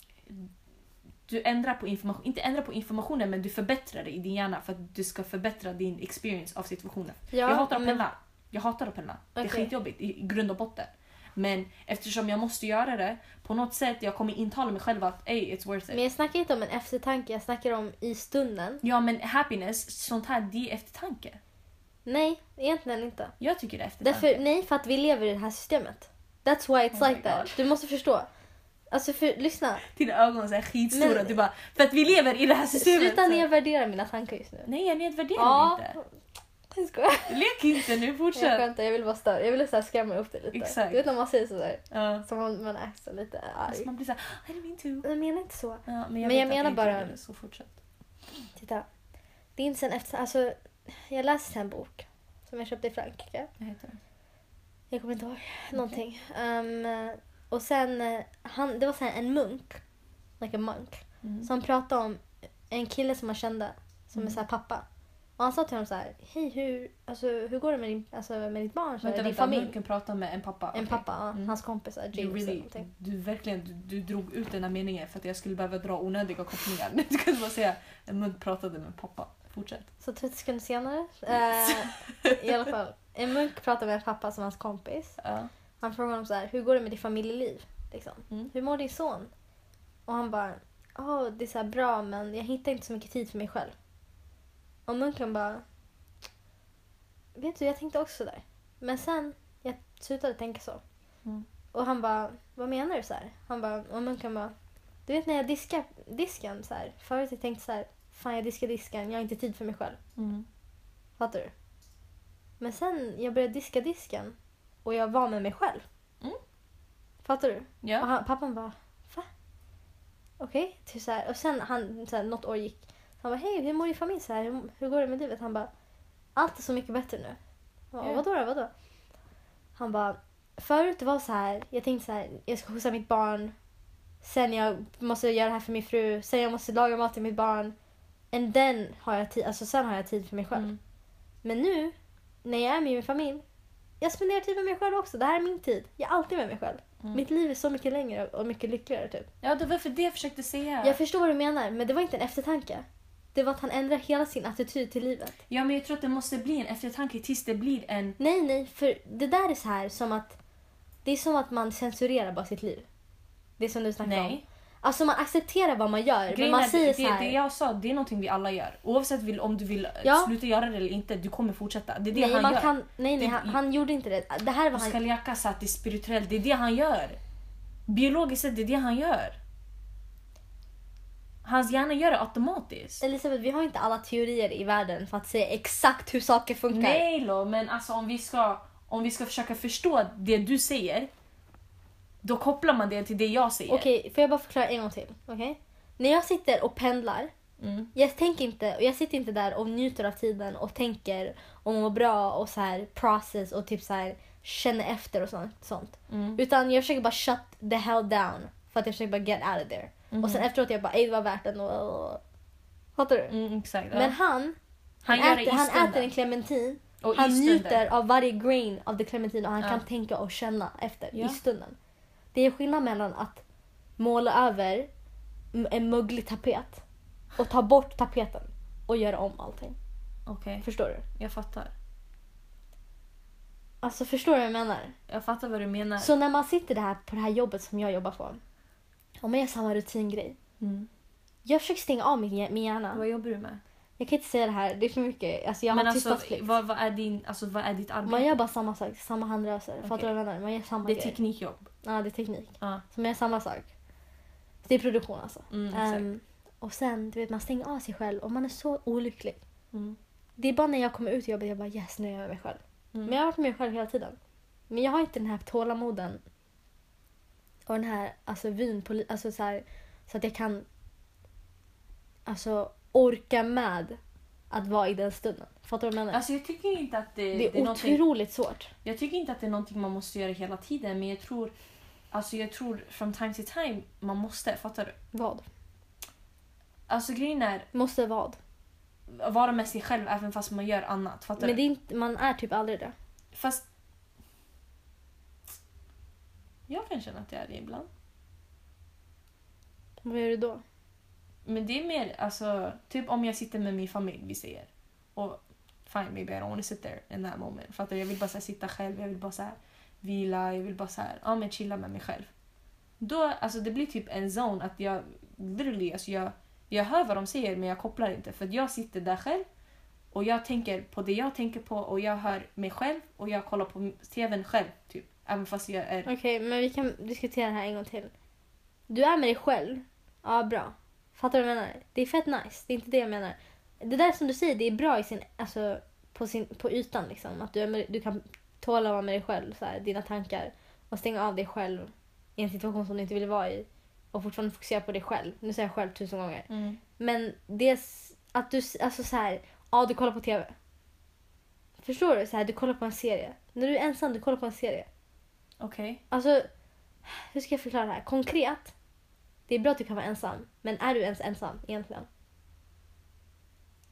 du ändrar på information, inte ändrar på informationen men du förbättrar det i din hjärna för att du ska förbättra din experience av situationen. Ja, jag hatar att men- pendla. Jag hatar att pendla. Det är Okej. skitjobbigt i i grund och botten. Men eftersom jag måste göra det på något sätt, jag kommer intala mig själv att hey, it's worth it. Men jag snackar inte om en eftertanke, jag snackar om i stunden. Ja men happiness, sånt här, det är eftertanke. Nej, egentligen inte. Jag tycker det är eftertanke. Därför, nej, för att vi lever i det här systemet. That's why it's Oh my like that. God. Du måste förstå. Alltså, för, lyssna. Dina ögon är skitstora. Men- Du bara, för att vi lever i det här systemet. Sluta så- nedvärdera mina tankar just nu. Nej, jag nedvärderar Ja. inte. Jag skojar. Lek inte nu, Jag fortsätt. skämtar, jag vill bara störa. Jag vill så här skrämma upp dig lite. Exakt. Du vet när man säger sådär. Ja. Som om man är så lite Alltså arg. man blir såhär, I don't mean to. Jag menar inte så. Ja, men jag, Men vet jag att menar inte bara- gjorde det, så fortsätt. Titta. Det är inte sen efter... Alltså, jag läste en bok. Som jag köpte i Frankrike. Vad heter det? Jag kommer inte ihåg. Någonting. Um, och sen, eh, han, det var så här en munk. Like a monk. Mm. Som pratade om en kille som han kände. Som Mm. är så här pappa. Och han sa till honom så här: hej, hur, alltså, hur går det med, din, alltså, med ditt barn? Så här, Vänta, din vänta, familj? munken pratar med en pappa. En Okej. pappa, ja, Mm. hans kompis, James. Du, really, eller någonting. du verkligen du, du drog ut den här meningen för att jag skulle behöva dra onödiga kopplingar. Du kunde bara säga en munk pratade med pappa. Fortsätt. Så trettio sekunder senare, eh, i alla fall, en munk pratar med en pappa som hans kompis. Ja. Han frågar honom så här: hur går det med ditt familjeliv? Liksom. Mm. Hur mår din son? Och han bara: oh, det är så här bra, men jag hittar inte så mycket tid för mig själv. Och munken bara: vet du, jag tänkte också där. Men sen, jag slutade tänka så. Mm. Och han bara: vad menar du så här? Han bara, och munken bara: du vet när jag diskar disken så här. Förut jag tänkte så här: fan, jag diskar disken, jag har inte tid för mig själv. Mm. Fattar du? Men sen jag började diska disken och jag var med mig själv. Mm. Fattar du? Och Ja. han, pappan bara: va? Okej, okay. så här. Och sen han, så här, något år gick. Han bara: hej, hur mår din familj? Så här, hur, hur går det med livet? Han bara: allt är så mycket bättre nu. Ja, Ja. vadå då, vadå? Han bara: förut det var så här, jag tänkte så här, jag ska skjutsa mitt barn. Sen jag måste göra det här för min fru. Sen jag måste laga mat till mitt barn. And then har jag tid, alltså sen har jag tid för mig själv. Mm. Men nu, när jag är med min familj, jag spenderar tid med mig själv också. Det här är min tid. Jag är alltid med mig själv. Mm. Mitt liv är så mycket längre och mycket lyckligare typ. Ja, det var för det jag försökte säga. Jag förstår vad du menar, men det var inte en eftertanke. Det var att han ändrade hela sin attityd till livet. Ja, men jag tror att det måste bli en eftertanke tills det blir en... Nej, nej, för det där är så här som att det är som att man censurerar bara sitt liv. Det är som du snackade om. Nej. Alltså man accepterar vad man gör, men Grejen man är, säger det, så här. det jag sa, det är någonting vi alla gör. Oavsett vill, om du vill Ja. sluta göra det eller inte, du kommer fortsätta. Det är det nej, han man gör. kan, nej, nej, Det- han, han gjorde inte det. Det här var han. Pascal Jacka sa att det är spirituellt, det är det han gör. Biologiskt sett, det är det han gör. Hans hjärna gör det automatiskt. Elisabeth, vi har inte alla teorier i världen för att säga exakt hur saker funkar. Nej lo, men alltså om vi ska om vi ska försöka förstå det du säger, då kopplar man det till det jag säger. Okej, får jag bara förklara en gång till? Okej? När jag sitter och pendlar, Mm. jag tänker inte, och jag sitter inte där och njuter av tiden och tänker och mår bra och så här process och typ så här känner efter och sånt, sånt. Mm. Utan jag försöker bara shut the hell down för att jag försöker bara get out of there. Mhm. Och sen efteråt jag bara, ej det var värt det. Och... Fattar du? Mm, exakt. Ja. Men han, han han, gör det äter, i han stunden. äter en clementin. Och i Han stunden. njuter av varje grain av the clementin och han Ja. kan tänka och känna efter Ja. i stunden. Det är skillnad mellan att måla över m- en möglig tapet och ta bort tapeten och göra om allting. Okej, Förstår du? jag fattar. Alltså förstår du vad jag menar? Jag fattar vad du menar. Så när man sitter där på det här jobbet som jag jobbar på och man gör samma rutingrej. Mm. Jag försöker stänga av min, hj- min hjärna. Vad jobbar du med? Jag kan inte säga det här, det är för mycket. Alltså jag Men har alltså, tystnadsplikt. vad, vad, är din, alltså, vad är ditt arbete? Man gör bara samma sak, samma handrörelser. Okej. Fattar du vad jag menar? Man gör samma Det är grej. teknikjobb. Ja, det är teknik. Ja. Så man gör samma sak. Det är produktion alltså. Mm, exakt. Ehm, och sen, du vet, man stänger av sig själv och man är så olycklig. Mm. Det är bara när jag kommer ut i jobbet jag bara yes, nu är jag med mig själv. Mm. Men jag har varit med mig själv hela tiden. Men jag har inte den här tålamoden och den här alltså vyn på li- alltså så här, så att jag kan alltså orka med att vara i den stunden. Fattar du vad jag menar? Alltså jag tycker inte att det, det är, det är någonting, otroligt svårt. jag tycker inte att det är någonting man måste göra hela tiden, men jag tror alltså jag tror from time to time man måste, fattar du? Vad? Alltså grejen är Måste vad? vara med sig själv även fast man gör annat, fattar Men du? det är inte, man är typ aldrig det. Fast jag kan känna att jag är det ibland. Vad gör du då? Men det är mer, alltså, typ om jag sitter med min familj, vi säger. Och fine, maybe I don't want to sit there in that moment. För att jag vill bara så här, sitta själv, jag vill bara så här, vila, jag vill bara så här, ja men chilla med mig själv. Då, alltså det blir typ en zone att jag, literally, alltså jag, jag hör vad de säger men jag kopplar inte. För att jag sitter där själv och jag tänker på det jag tänker på och jag hör mig själv och jag kollar på tvn själv, typ. Även fast jag är... Okej, men vi kan diskutera det här en gång till. Du är med dig själv. Ja, bra. Fattar du vad jag menar? Det är fett nice. Det är inte det jag menar. Det där som du säger, det är bra i sin, alltså, på, sin, på ytan. Liksom. Att du, är med, du kan tåla att vara med dig själv. Så här, dina tankar. Och stänga av dig själv i en situation som du inte vill vara i. Och fortfarande fokusera på dig själv. Nu säger jag själv tusen gånger. Mm. Men det är s- att du, alltså så här, ja du kollar på tv. Förstår du? Så här, du kollar på en serie. När du är ensam, du kollar på en serie. Okej. Alltså, hur ska jag förklara det här? Konkret, det är bra att du kan vara ensam. Men är du ens ensam egentligen?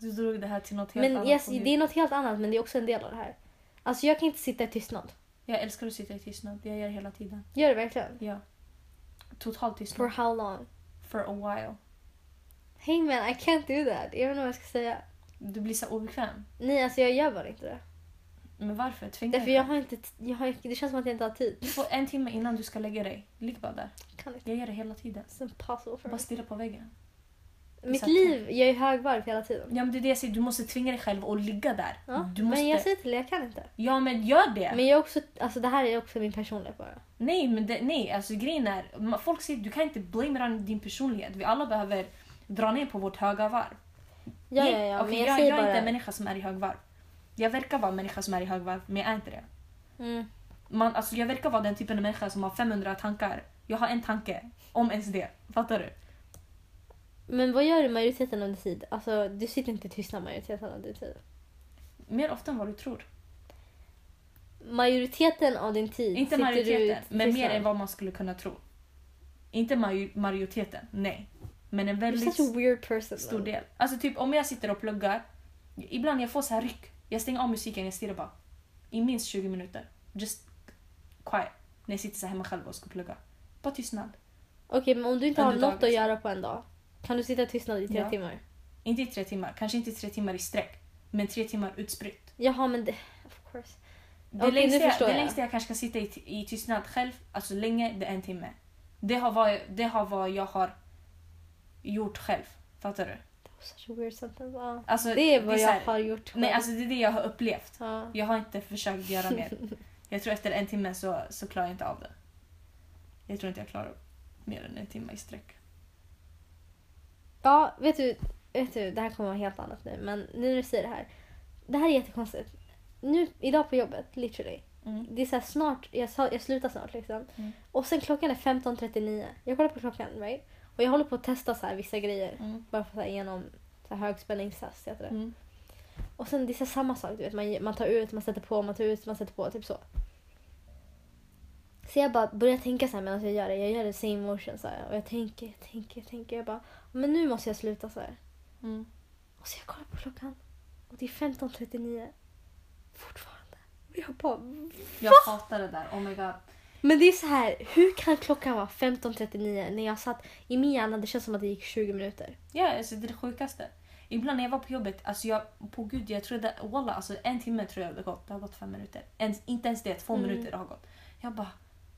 Du drog det här till något helt Men annat. yes, på mig. det är något helt annat, men det är också en del av det här. Alltså jag kan inte sitta i tystnad. Jag älskar att sitta i tystnad. Jag gör det hela tiden. Gör det verkligen? Ja. Total For tystnad. how long? For a while. Hey man, I can't do that. Jag vet inte vad jag ska säga. Du blir så obekväm. Nej, alltså jag gör bara inte det. Men varför? Tvinga Därför dig jag själv. har inte... Jag har, det känns som att jag inte har tid. Du får en timme innan du ska lägga dig. Ligg bara där. Kan inte. Jag gör det hela tiden. It's impossible for Bara me. stirra på väggen. Mitt Exakt. liv, jag är högvarv hela tiden. Ja, men det är det jag säger. Du måste tvinga dig själv att ligga där. Ja, Du måste... men jag säger till dig, jag kan inte. Ja, men gör det. Men jag är också... Alltså det här är också min personlighet bara. Nej, men det, nej, alltså grejen är... ma- Folk säger du kan inte blame it on din personlighet. Vi alla behöver dra ner på vårt höga varv. Ja, Nej, ja, ja. okej, Men jag, jag, säger jag är bara... inte en människa som är i högvarv. Jag verkar vara en människa som är i högvarv, men jag är inte det. Mm. Man, alltså, jag verkar vara den typen av människa som har femhundra tankar. Jag har en tanke, om ens det. Fattar du? Men vad gör du majoriteten av din tid? Alltså, du sitter inte i tystnad majoriteten av din tid. Mer ofta än vad du tror. Majoriteten av din tid Inte sitter majoriteten, du i men mer tystnad. än vad man skulle kunna tro. Inte maj- majoriteten, nej. Men en You're väldigt such a weird person. stor though. del. Alltså typ om jag sitter och pluggar. Ibland jag får så här ryck. Jag stänger av musiken, jag stirrar bara. I minst tjugo minuter. Just quiet. När jag sitter så här hemma själv och ska plugga. Bara tystnad. Okej, men om du inte har Under något dagen. att göra på en dag. Kan du sitta i tystnad i tre Ja. timmar? Inte i tre timmar. Kanske inte tre timmar i sträck. Men tre timmar utspritt. Jaha, men det... Of course. Det, Okej, längsta, nu jag, förstår det jag. längsta jag kanske ska sitta i, i tystnad själv. Alltså länge, det är en timme. Det har vad, det har vad jag har gjort själv. Fattar du? Such a weird sentence. Ja. Alltså, Det är vad så jag här- har gjort själv. Nej, alltså det är det jag har upplevt. Ja. Jag har inte försökt göra mer. Jag tror efter en timme så, så klarar jag inte av det. Jag tror inte jag klarar mer än en timme i sträck. Ja, vet du, vet du, det här kommer vara helt annat nu. Men nu när du säger det här. Det här är jättekonstigt. Nu, idag på jobbet, literally. Mm. Det är så här snart, jag, sa, jag slutar snart liksom. Mm. Och sen klockan är femton trettionio. Jag kollar på klockan, right? Och jag håller på att testa så här vissa grejer. Mm. Bara för att gå igenom så här högspänningstest, heter det. Mm. Och sen det är så här samma sak, du vet. Man, man tar ut, man sätter på, man tar ut, man sätter på, typ så. Så jag bara börjar tänka så här medan jag gör det. Jag gör det same motion så här. Och jag tänker, jag tänker, jag tänker. Jag bara, men nu måste jag sluta så här. Mm. Och så jag kollar på klockan. Och det är femton trettionio. Fortfarande. Och jag bara, Jag hatar det där. Oh my god. men det är så här, hur kan klockan vara femton trettionio när jag satt i min hjärna, det känns som att det gick tjugo minuter. Ja, alltså det är det sjukaste. Ibland när jag var på jobbet, alltså jag, på gud, jag trodde, wallah, alltså en timme tror jag det har gått. Det har gått fem minuter. En, inte ens det, två Mm. minuter har gått. Jag bara,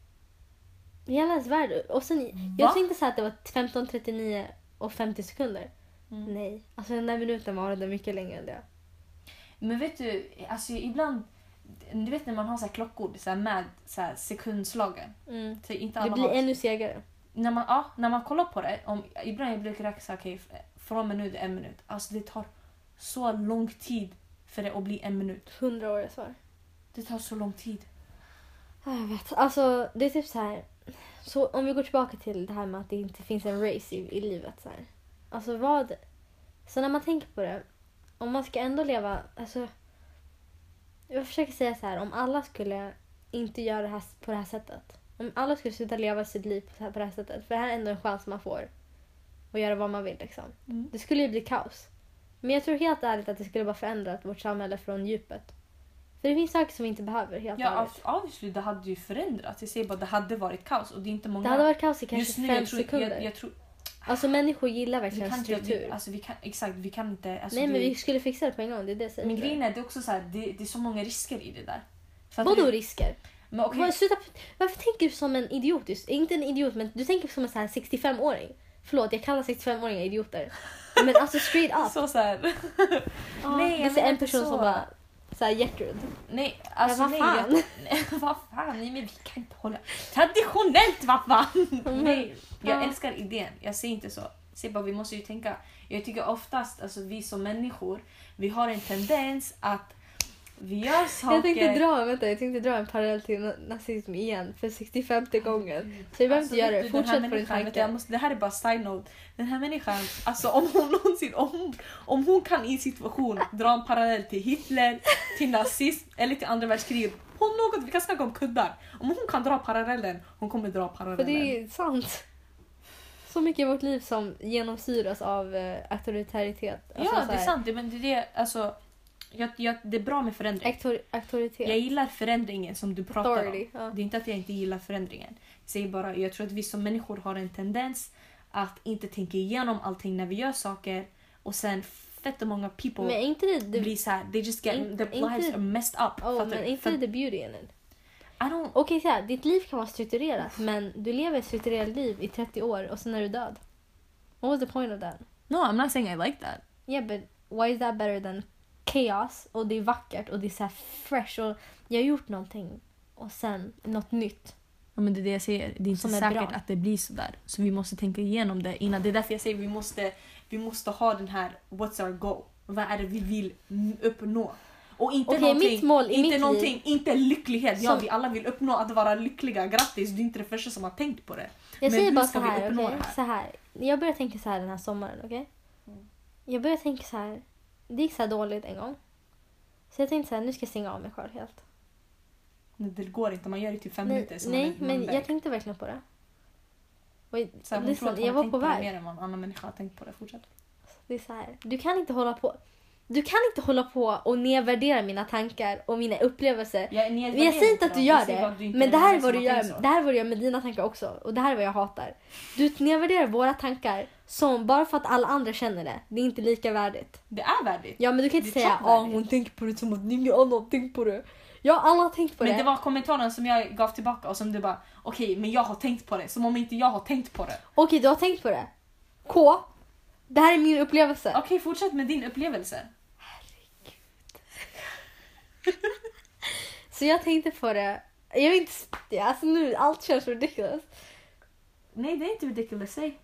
Hela ens värld. Och sen, Va? jag tänkte så här att det var femton trettionio och femtio sekunder. mm. Nej, alltså den där minuten var det mycket längre än det. Men vet du, alltså ibland, du vet när man har så här klockor så här med så här sekundslagen. Mm. Så inte Det alla blir har. ännu segare. När man, ja, när man kollar på det, om, ibland jag brukar räkna så här, okej, från minut till en minut. Alltså det tar så lång tid för det att bli en minut. Hundra år är svar. Det tar så lång tid. Ja, jag vet. Alltså, det är typ så här. Så om vi går tillbaka till det här med att det inte finns en race i, i livet. Så här. Alltså vad... Så när man tänker på det. Om man ska ändå leva... Alltså, jag försöker säga så här. Om alla skulle inte göra det här på det här sättet. Om alla skulle sluta leva sitt liv på det här sättet. För det här är ändå en chans man får. Att göra vad man vill liksom. Mm. Det skulle ju bli kaos. Men jag tror helt ärligt att det skulle bara förändrat vårt samhälle från djupet. För det finns saker som vi inte behöver, helt Ja, ärligt. ob- obviously, det hade ju förändrats. Jag säger bara det hade varit kaos och det är inte många... Det hade varit kaos i kanske Just nu, fem jag tror, sekunder. jag, jag tror, Alltså människor gillar vi verkligen kan inte, struktur. vi, alltså, vi kan, exakt, vi kan inte... Alltså, Nej, det, men vi skulle fixa det på en gång. Det är det jag säger. men grejen är, det är också så här, det, det är så många risker i det där. För att Vadå det- risker? Men okej, Vad- Sluta, varför tänker du som en idiot? Just- Inte en idiot, men du tänker som en så här sextiofem-åring. Förlåt, jag kallar sextiofem-åringar idioter. Men alltså straight up. så så här. Ah, nej, det jag är så menar en inte person så. som bara... Så här Gertrud. Nej, alltså vad nej. fan? Jag, nej, vad fan? Nej, men vi kan inte hålla... Traditionellt, vad fan? Nej, jag Ja. älskar idén. Jag säger inte så. Jag säger bara, vi måste ju tänka. Jag tycker oftast, alltså vi som människor, vi har en tendens att vi gör saker... Jag tänkte dra, vänta, jag tänkte dra en parallell till na- nazism igen för sextiofemte gången. Så vi behöver inte göra det. vet du, den här Fortsätt på din människan, vet du, tanke. jag måste, det här är bara side note. Den här människan, alltså om hon någonsin, om, om hon kan i en situation dra en parallell till Hitler, till nazism eller till andra världskriget. Hon något, vi kan snacka om kuddar. Om hon kan dra parallellen, hon kommer dra För parallellen. det är sant. så mycket i vårt liv som genomsyras av eh, auktoritäritet. Alltså, ja, så det är här, sant. Det, men det, det, alltså, jag, jag, det är bra med förändring. Auktor, auktoritet. Jag gillar förändringen som du pratar Authority, om. ja. Det är inte att jag inte gillar förändringen. Jag säger bara, jag tror att vi som människor har en tendens att inte tänka igenom allting när vi gör saker. Och sen fett många people Men inte det, det, blir såhär, they just get, in- their inte- lives are messed up. oh, Fattar men du? inte För- det the beauty in it. I don't, Okej, så här, ditt liv kan vara strukturerat, men du lever ett strukturerat liv i trettio år och sen är du död. What was the point of that? no, I'm not saying I like that. Yeah, but why is that better than chaos? Och det är vackert och det är så här fresh och jag har gjort någonting och sen något nytt. Ja, men det är det jag säger. Det är inte Som är säkert bra. att det blir så där. Så vi måste tänka igenom det innan. Det är därför jag säger vi måste, vi måste ha den här what's our goal? Vad är det vi vill uppnå? Och inte Okej, någonting, mitt mål i inte mitt någonting, inte lycklighet. Ja, Som- vi alla vill uppnå att vara lyckliga. Grattis, du är inte det första som har tänkt på det. Jag Men säger hur bara ska så vi här, uppnå okej? det här? Så här. Jag började tänka så här den här sommaren, okej? Mm. Jag började tänka så här. Det gick så här dåligt en gång. Så jag tänkte så här, nu ska jag stänga av mig själv helt. Men det går inte, man gör det till fem Nej, minuter. så nej man är- man men är jag väg. tänkte verkligen på det. Och Så här, hon tror lyssna, att hon jag har var tänkt på på det väg. mer än vad en annan människa har tänkt på det. Fortsätt. Det är så här. Du kan inte hålla på. Du kan inte hålla på och nedvärdera mina tankar och mina upplevelser. Jag, Men jag säger inte att du gör det. Men det här är vad du gör. Det här är vad du gör med dina tankar också. Och det här är vad jag hatar. Du nedvärderar våra tankar som bara för att alla andra känner det. Det är inte lika värdigt. Det är värdigt. Ja, men du kan inte Det är säga klart att värdigt. hon tänker på det som att ingen annan har tänkt på det. Ja, alla har tänkt på Men det. det var kommentaren som jag gav tillbaka och som du bara okej, men jag har tänkt på det. Som om inte jag har tänkt på det. Okej, du har tänkt på det. K. Det här är min upplevelse. Okej, fortsätt med din upplevelse. Så jag tänkte på det. Jag vill inte... Ja, alltså nu, allt känns ridiculous. Nej, det är inte ridiculous. Säg.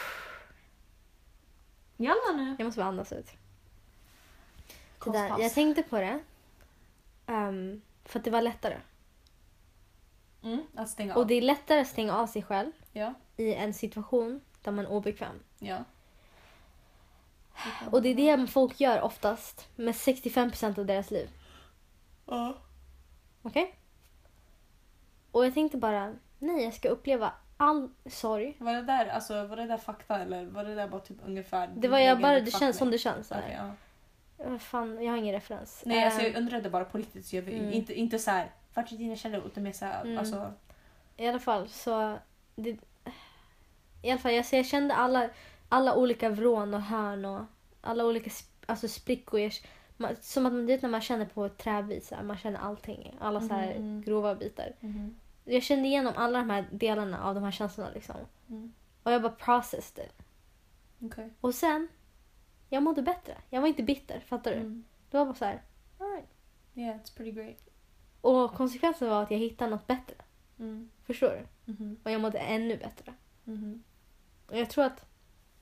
Jalla nu. Jag måste bara andas ut. Det Konst, där, paus. jag tänkte på det. Um, för att det var lättare. Mm, att stänga av. Och det är lättare att stänga av sig själv Ja, i en situation där man är obekväm. ja. Och det är det folk gör oftast med sextiofem procent av deras liv. Ja. Okej? Och jag tänkte bara, nej, jag ska uppleva all sorg. Var det där, alltså, var det där fakta eller var det där bara typ ungefär? Det var jag bara, det känns som det känns. Så här. Okej, ja. Vad fan, jag har ingen referens. Nej, alltså, Ehm, jag undrade bara på riktigt. Så jag, Mm. Inte, inte så här, vart är dina källor? Utan mer så här, Mm. alltså... I alla fall så... Det, I alla fall, jag, så jag kände alla, alla olika vrån och hörn och alla olika sp- alltså sprickor. Jag, man, som att man, det är när man känner på ett träbit, så här, man känner allting. Alla så här Mhm. grova bitar. Mhm. Jag kände igenom alla de här delarna av de här känslorna liksom. Mm. Och jag bara processed det. Okej. Och sen, jag mådde bättre. Jag var inte bitter, fattar du? Mm. Det var bara så här. All right. Yeah, it's pretty great. Och konsekvensen var att jag hittade något bättre. Mm. Förstår du? Mhm. Och jag mådde ännu bättre. Mhm. Och jag tror att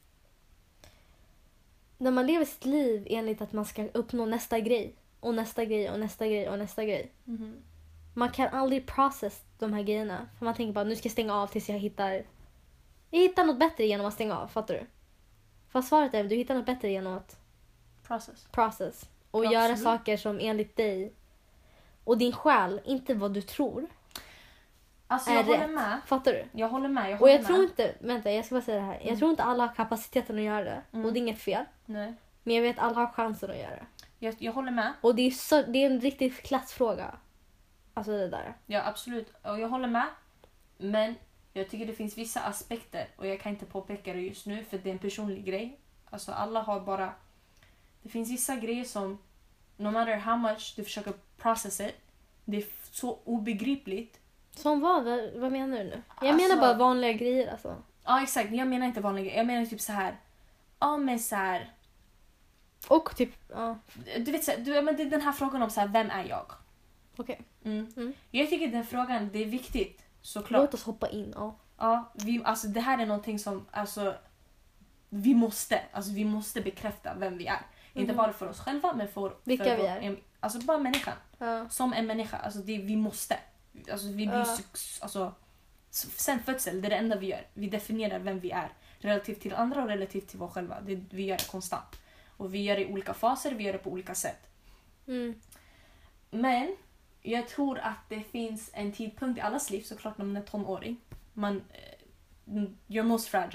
när man lever sitt liv enligt att man ska uppnå nästa grej och nästa grej och nästa grej och nästa grej. Mhm. Man kan aldrig process de här grejerna. För man tänker bara, nu ska jag stänga av tills jag hittar jag hittar något bättre genom att stänga av, fattar du? Fast svaret är, du hittar något bättre genom att Process. process. Och Ja, göra absolut. saker som enligt dig och din själ, inte vad du tror, Alltså är jag håller rätt. med. Fattar du? Jag håller med. Jag Och håller jag med. tror inte, vänta jag ska bara säga det här. Jag Mm. tror inte alla har kapaciteten att göra det. Mm. Och det är inget fel. Nej. Men jag vet att alla har chansen att göra det. Jag, jag håller med. Och det är, så, det är en riktig klassfråga. Alltså det där. Ja, absolut. Och jag håller med. Men jag tycker det finns vissa aspekter och jag kan inte påpeka det just nu för det är en personlig grej. Alltså alla har bara... Det finns vissa grejer som no matter how much du försöker process it, det är f- så obegripligt. Som vad? Vad, vad menar du nu? Jag Alltså- menar bara vanliga grejer alltså. Ja, exakt. Jag menar inte vanliga grejer. Jag menar typ så här. Ja, men så här... Och typ, ja Du vet, så här, du, men det är den här frågan om så här, vem är jag? okej. Mm. Mm. Jag tycker den frågan, det är viktigt. Såklart. Låt oss hoppa in, ja. Ja, vi, alltså det här är någonting som alltså, vi måste, alltså vi måste bekräfta vem vi är. Inte Mhm. bara för oss själva, men för, Vilka för vi vår- är. en- Alltså bara människan. ja. Som en människa. Alltså det, vi måste. Alltså vi blir Ja. så- alltså, s- sen födsel, det är det enda vi gör. Vi definierar vem vi är. Relativt till andra och relativt till oss själva. Det, vi gör det konstant. Och vi gör det i olika faser, vi gör det på olika sätt. Mm. Men jag tror att det finns en tidpunkt i allas liv, såklart när man är tonåring. Man, eh, you're most fragile.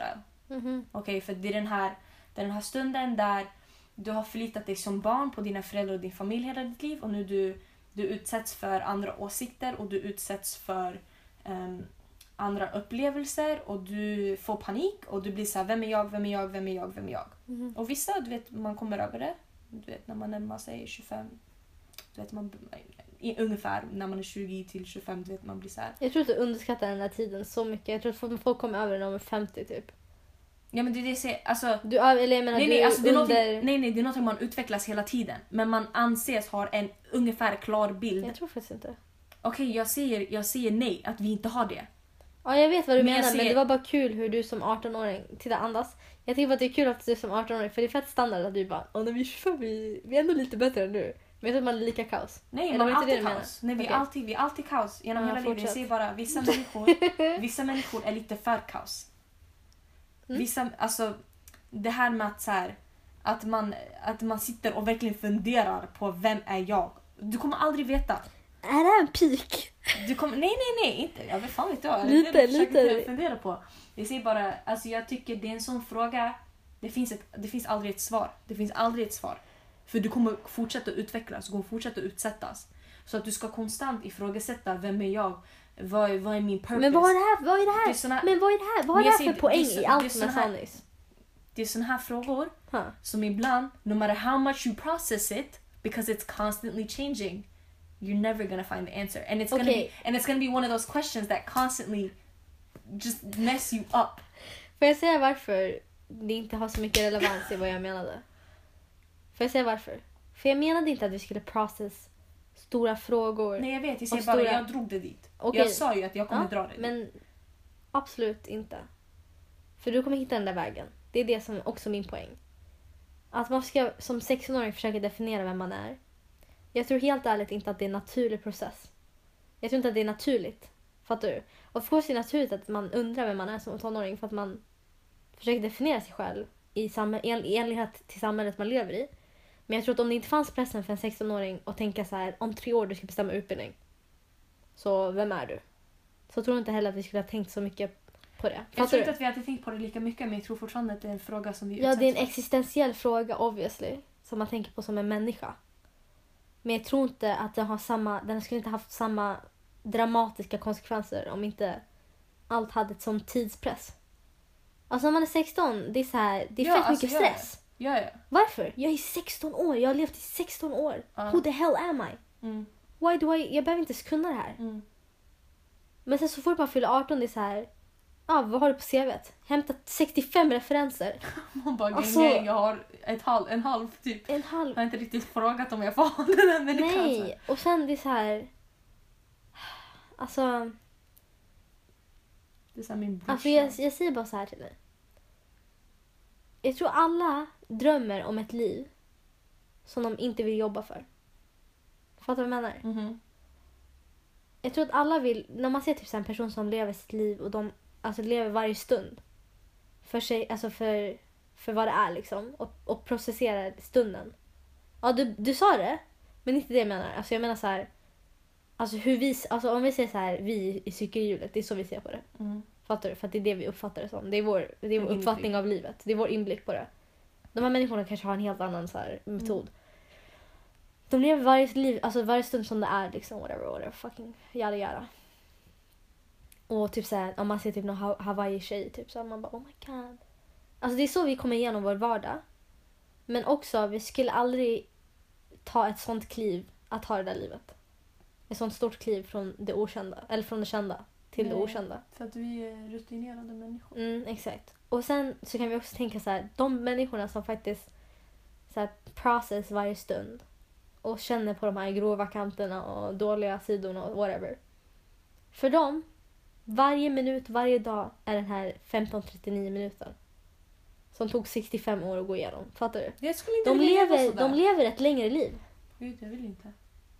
Mhm. Okej, för det är den här, det är den här stunden där du har förlitat dig som barn på dina föräldrar och din familj hela ditt liv. Och nu du, du utsätts för andra åsikter och du utsätts för um, andra upplevelser. Och du får panik och du blir så här: vem är jag, vem är jag, vem är jag, vem är jag? Mhm. Och vissa, du vet, man kommer över det. Du vet, när man närmar sig tjugofem. Du vet, man, i, ungefär när man är tjugo till tjugofem, du vet, man blir så här. Jag tror att du underskattar den här tiden så mycket. Jag tror att folk- folk kommer över när de är femtio typ. Ja, men det är det jag säger, alltså... Du, eller jag menar, Nej du nej, är alltså, det är under... någonting- nej, nej, det är något man utvecklas hela tiden. Men man anses ha en ungefär klar bild. Jag tror faktiskt inte. Okej, jag, säger, jag säger nej, att vi inte har det. Ja, jag vet vad du Men jag menar, men ser- det var bara kul hur du som arton-åring... Titta, andas. Jag tycker att det är kul att du som arton-åring, för det är fett standard att du bara, åh, när vi är tjugofem, vi, vi är ändå lite bättre än nu. Men jag tror att man är lika kaos. Nej, Eller man var är det inte alltid det du kaos. Nej, vi, är Okej. alltid, vi är alltid kaos genom Ja, hela livet. Jag fortsätt. säger bara, vissa människor, vissa människor är lite för kaos. Mm. Vissa, alltså, det här med att, så här, att, man, att man sitter och verkligen funderar på vem är jag. Du kommer aldrig veta. Är det här en pik? Du kommer, nej, nej, nej, inte. Jag vet fan vet jag. Lite, det är det jag försöker lite. fundera på. Jag säger bara, alltså jag tycker det är en sån fråga. Det finns, ett, det finns aldrig ett svar. Det finns aldrig ett svar. För du kommer fortsätta utvecklas, du kommer fortsätta utsättas. Så att du ska konstant ifrågasätta, vem är jag? Vad är, vad är min purpose? Men vad är det här? Vad är det här? Det är såna- Men vad är det här? Vad är Men det jag här säger- för poäng det är så- i det är allt som jag såna sa här- nyss? Det är såna här frågor Huh. som ibland, no matter how much you process it, because it's constantly changing, you're never gonna find the answer. And it's gonna Okay. be and it's gonna be one of those questions that constantly just mess you up. Får jag säga varför det inte har så mycket relevans i vad jag menade? Får jag säga varför? För jag menade inte att vi skulle process stora frågor. Nej, jag vet, jag säger Och bara, stora- jag drog det dit. Okej. Jag sa ju att jag kommer Ja, dra det dit. men absolut inte. För du kommer hitta den där vägen. Det är det som också är min poäng. Att man ska som sexton-åring försöka definiera vem man är. Jag tror helt ärligt inte att det är en naturlig process. Jag tror inte att det är naturligt. Fattar du? Of course det är naturligt att man undrar vem man är som tonåring för att man försöker definiera sig själv i, samhäll- i enlighet till samhället man lever i. Men jag tror att om det inte fanns pressen för en sexton-åring att tänka så här, om tre år du ska bestämma utbildning. Så vem är du? Så tror jag inte heller att vi skulle ha tänkt så mycket på det. Jag Fattar tror du? inte att vi hade tänkt på det lika mycket, men jag tror fortfarande att det är en fråga som vi Ja, det är en utsätts för. existentiell fråga obviously. Som man tänker på som en människa. Men jag tror inte att den har samma, den skulle inte haft samma dramatiska konsekvenser om inte allt hade ett sån tidspress. Alltså när man är sexton, det är så här, det är Ja, fett alltså, mycket ja, stress. Ja, ja. Varför? Jag är sexton år, jag har levt i sexton år. Ja. Who the hell am I? Mm, Why do I? Jag behöver inte kunna det här. mm. Men sen så fort man fyller arton, det är så här, ah, vad har du på C V:t? Hämtat sextiofem referenser. Man bara, Alltså- alltså, jag har ett halv, en halv typ. En halv. Jag har inte riktigt frågat om jag får ha den här människan. Nej, och sen det är så här. Alltså, Det är så här min brorsa. alltså jag, jag säger bara så här till dig. Jag tror alla drömmer om ett liv som de inte vill jobba för. Fattar du vad jag menar? Mhm. Jag tror att alla vill, när man ser typ så här en person som lever sitt liv och de alltså lever varje stund för sig, alltså för, för vad det är liksom och, och processerar stunden. Ja, du, du sa det, men inte det jag menar. Alltså jag menar så här, alltså hur vi, alltså om vi säger så här, vi i cykelhjulet, det är så vi ser på det. Mm. Fattar du? För att det är det vi uppfattar det som. Det är vår, det är vår En uppfattning inblick. av livet. Det är vår inblick på det. De här människorna kanske har en helt annan så här, metod. Mm. De lever varje liv, alltså varje stund som det är liksom, whatever, whatever, fucking yada yada. Och typ såhär, om man ser typ någon Ha- Hawaii-tjej typ så man bara, oh my god. Alltså det är så vi kommer igenom vår vardag. Men också, vi skulle aldrig ta ett sånt kliv att ha det där livet. Ett sånt stort kliv från det okända, eller från det kända till det Nej. okända. För att vi är rutinerade människor. Mm, exakt. Och sen så kan vi också tänka så här, de människorna som faktiskt så här, process varje stund och känner på de här grova kanterna och dåliga sidorna och whatever. För dem, varje minut, varje dag är den här femton trettionio minuten. Som tog sextiofem år att gå igenom. Fattar du? Jag skulle inte De vilja leva lever, sådär. de lever ett längre liv. Gud, jag vill inte.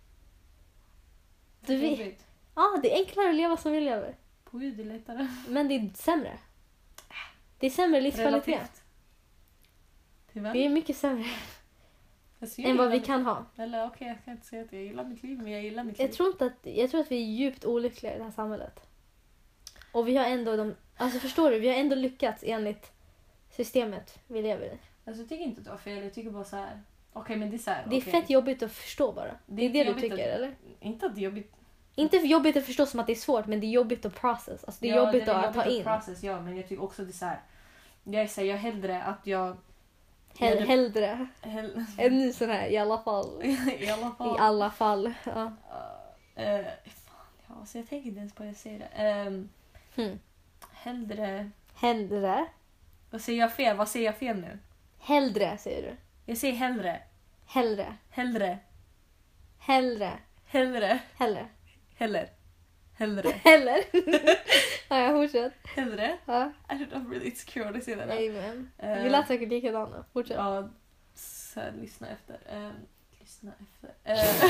Du vill- Jobbigt. Ja, det är enklare att leva som vi lever. På Gud, det är lättare. Men det är sämre. Det är sämre livskvalitet. Relativt. Tyvärr. Det är mycket sämre Alltså, jag än vad gillar vi kan ha. mitt- Eller okej, jag kan inte säga att jag gillar mitt liv, men jag gillar mitt Jag liv. tror, inte att, jag tror att vi är djupt olyckliga i det här samhället. Och vi har ändå de, alltså förstår du, vi har ändå lyckats enligt systemet vi lever i. Alltså jag tycker inte att det var fel, jag tycker bara så här. Okej okay, men det är så här, Det är okay. fett jobbigt att förstå bara. Det är det, det du tycker att, eller? Inte att det är jobbigt. Inte jobbigt att förstå som att det är svårt, men det är jobbigt att process. Alltså det är ja, jobbigt det är att jobbigt ta in. Att process, ja, men jag tycker också det är så här. Jag är så här, jag hellre att jag Hell, jag, hellre. Hell... En ny sån här i alla fall. I alla fall. I alla fall. Ja. Uh, uh, fan, ja, så jag tänker inte ens på vad jag säger det. Um, hmm. Hellre. Hellre. Vad säger jag fel? Vad säger jag fel nu? Hellre säger du. Jag säger hellre. Hellre. Hellre. Hellre. Hellre. Hellre. Heller. Hellre. Heller. Ja, jag fortsätt. Hellre? Ja. I don't know, really it's cute att säga det. Amen. Uh, Vi lät säkert likadana. Fortsätt. Ja, så här, lyssna efter. Um, lyssna efter. Uh,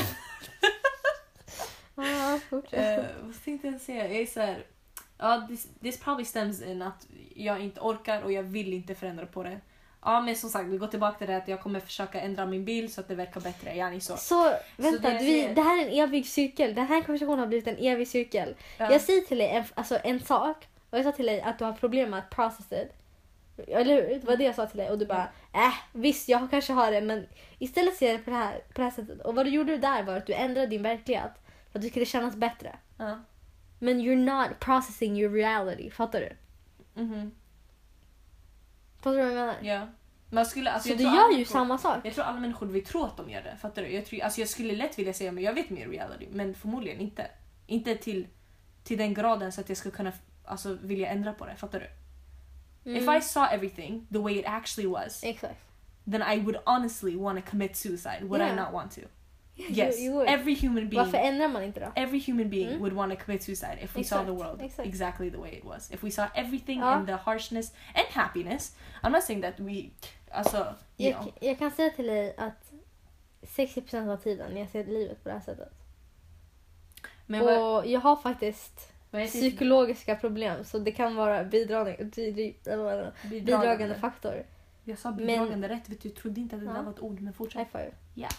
Ja, fortsätt. uh, vad tänkte jag säga? Jag är så här, ja, this, this probably stems in att jag inte orkar och jag vill inte förändra på det. Ja, men som sagt, vi går tillbaka till det att jag kommer försöka ändra min bild så att det verkar bättre. Ja, så. Så, vänta, så det, vi, ser... det här är en evig cirkel. Den här konversationen har blivit en evig cirkel. Ja. Jag säger till dig en, alltså, en sak och jag sa till dig att du har problem med att process it. Eller hur? Det var det jag sa till dig och du bara, äh, visst jag kanske har det, men istället ser jag det på det här, på det här sättet. Och vad du gjorde där var att du ändrade din verklighet för att du skulle kännas bättre. Ja. Men you're not processing your reality, fattar du? Mhm. Fattar du vad jag menar? Ja. Man skulle, alltså, Så jag du tror gör alla ju människor, samma sak. Jag tror alla människor vill tro att de gör det. Fattar du? Jag, tror, alltså, jag skulle lätt vilja säga men jag vet mer reality. Men förmodligen inte. Inte till, till den graden så att jag ska kunna alltså, vilja ändra på det. Fattar du? Mm. If I saw everything the way it actually was, Exakt. then I would honestly want to commit suicide. Would Yeah. I not want to? Yes. You, you would. Every human being. Varför ändrar man inte då? Every human being Mm. would want to commit suicide if we Exakt, saw the world exakt. exactly the way it was. If we saw everything Ja. in the harshness and happiness. I'm not saying that we, alltså, you know. Jag, jag kan säga till dig att sextio procent av tiden jag ser livet på det här sättet. Men vad, Och jag har faktiskt vad jag psykologiska problem så det kan vara bidragande, bidragande, bidragande faktor. Jag sa bidragande rätt, vet du, jag trodde inte att det Ja. där var ett ord, men fortsätt. High five. Ja.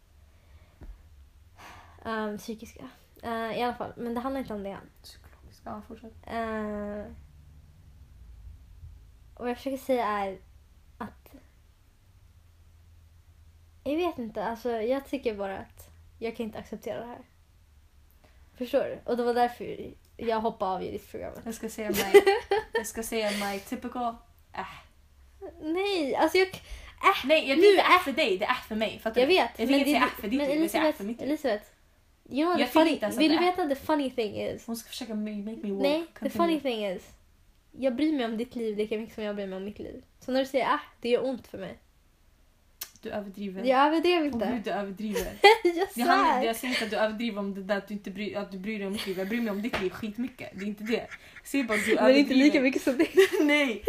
Um, psykiska. Uh, I alla fall, men det handlar inte om det än. Psykologiska, ja, fortsätt. Uh, och jag försöker säga är att jag vet inte, alltså jag tycker bara att jag kan inte acceptera det här. Förstår du? Och det var därför jag hoppade av i ditt program. Jag ska säga my, jag ska säga my typical, äh. Nej, alltså jag... Äh, Nej, jag nu, tycker äh. äh för dig, det är äh för mig. Fattar Jag du? vet, Jag men tänker det, säga äh för ditt men liv, jag säger äh Elisabeth, för mitt liv. Elisabeth, you know what Jag the tycker funny, inte ens att vill du det är. veta the funny thing is? Hon ska försöka make me woke. Nej, the Continue. funny thing is, jag bryr mig om ditt liv lika mycket som jag bryr mig om mitt liv. Så när du säger ah, det gör ont för mig. Du överdriver. Jag överdrev Åh, inte. Gud, du överdriver. jag Det handlar, svär. jag säger inte att du överdriver om det där att du inte bryr, att du bryr dig om mitt liv. Jag bryr mig om ditt liv skitmycket. Det är inte det. Jag säger bara att du Men överdriver. inte lika mycket som det. Nej.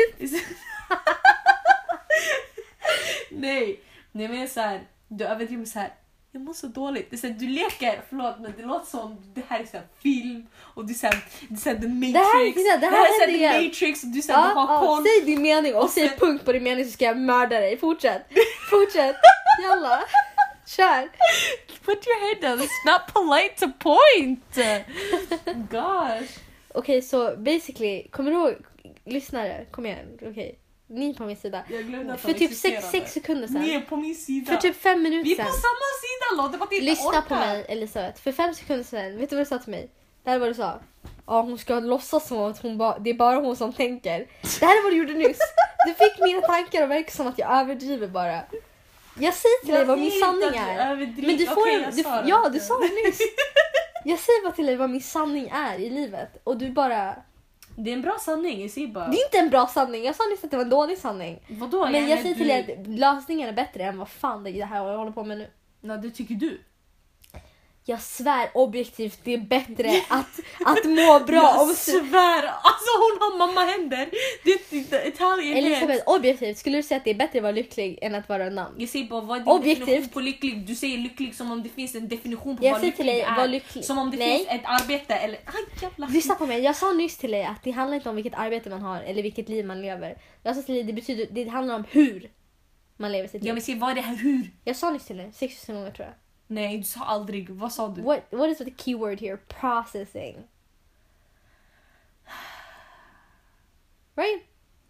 Nej. Nej men så här, du överdriver så här. Jag mår så dåligt. Det är så här, du leker, förlåt men det låter som det här är så här film och du säger det är så här, The Matrix. Det här, titta, det det här, här är så här, händer The igen. Matrix och du säger Ja, du har ja, koll. säg din mening och, Och säg sen- punkt på din mening så ska jag mörda dig. Fortsätt. Fortsätt. Jalla. Kör. Put your head down. It's not polite to point. Gosh. Okej, så basically, kommer du ihåg, lyssnare, kom igen, okej. Ni på min sida. Jag glömde att För de typ sex, existerade. sex sekunder Ni är sedan. på min sida. För typ fem Vi minuter är på sedan. samma sida, Lotte. Vad det inte Lyssna orkar. på mig, Elisabeth. För fem sekunder sedan, vet du vad du sa till mig? Det här är vad du sa. Ja, hon ska låtsas som att hon ba- det är bara hon som tänker. Det här är vad du gjorde nyss. Du fick mina tankar och verkar som att jag överdriver bara. Jag säger till dig vad min sanning är. Men du får Okej, en, jag du, sa det. ja, du sa det nyss. Jag säger bara till dig vad min sanning är i livet. Och du bara... Det är en bra sanning, jag säger bara. Det är inte en bra sanning. Jag sa nyss att det var en dålig sanning. Vadå? Men Ja, jag säger du... till dig att lösningen är bättre än vad fan det är det här jag håller på med nu. Ja, det tycker du. Jag svär objektivt, det är bättre att, att må bra jag om... svär. Alltså hon har mamma händer. Det är inte Italian Elisabeth, objektivt, skulle du säga att det är bättre att vara lycklig än att vara en namn? Jag säger bara, vad är din Objektivt. definition på lycklig? Du säger lycklig som om det finns en definition på Jag vad säger till lycklig dig, är. var lycklig. Som om det Nej. finns ett arbete eller... Aj, jävla... Lyssna på mig, jag sa nyss till dig att det handlar inte om vilket arbete man har eller vilket liv man lever. Jag sa till dig, det betyder, det handlar om hur man lever sitt liv. Jag vill se vad är det här hur? Jag sa nyss till dig, sex tusen gånger tror jag. Nej, du sa aldrig. Vad sa du? What, what is the keyword here? Processing. Right?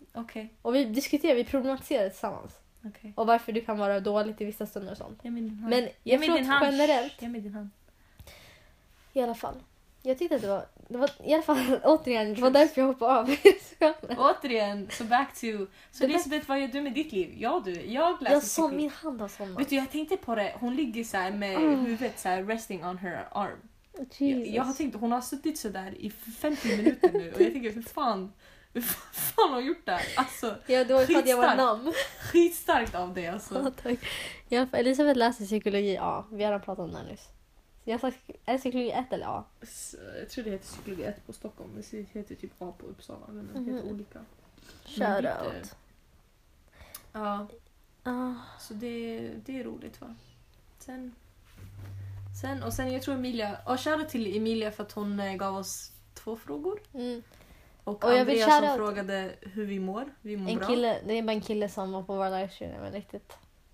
Okej. Okay. Och vi diskuterar, vi problematiserar tillsammans. Okay. Och varför du kan vara dåligt i vissa stunder och sånt. Men jag tror att generellt... Ge mig din hand. I alla fall. Jag tyckte att det var... Det var i alla fall, återigen, det var därför jag hoppade av. Återigen, så back to... Så Elisabeth, vad gör du med ditt liv? Ja, du. Jag läser Jag såg min hand av sådana. Vet du, jag tänkte på det. Hon ligger så här med oh. huvudet så här resting on her arm. Jag, jag har tänkt, hon har suttit så där i femtio minuter nu. Och jag tänker, för fan... Hur fan har gjort det? Alltså, ja, då för att jag var namn. Skitstarkt av det alltså. Ja, tack. Ja, Elisabeth läser psykologi A. Vi har pratat om det nyss. Jag har sagt, är det psykologi ett eller A? Jag tror det heter psykologi ett på Stockholm. Men det heter typ A på Uppsala. Men det heter mm. olika. Shoutout. Ja. Ah. Så det, det är roligt, va? Sen, sen, och sen jag tror Emilia... Och shoutout till Emilia för att hon gav oss två frågor. Mm. Och, och Andrea som out. frågade hur vi mår. Vi mår en bra. Kille, det är bara en kille som var på vår livestream. Men riktigt.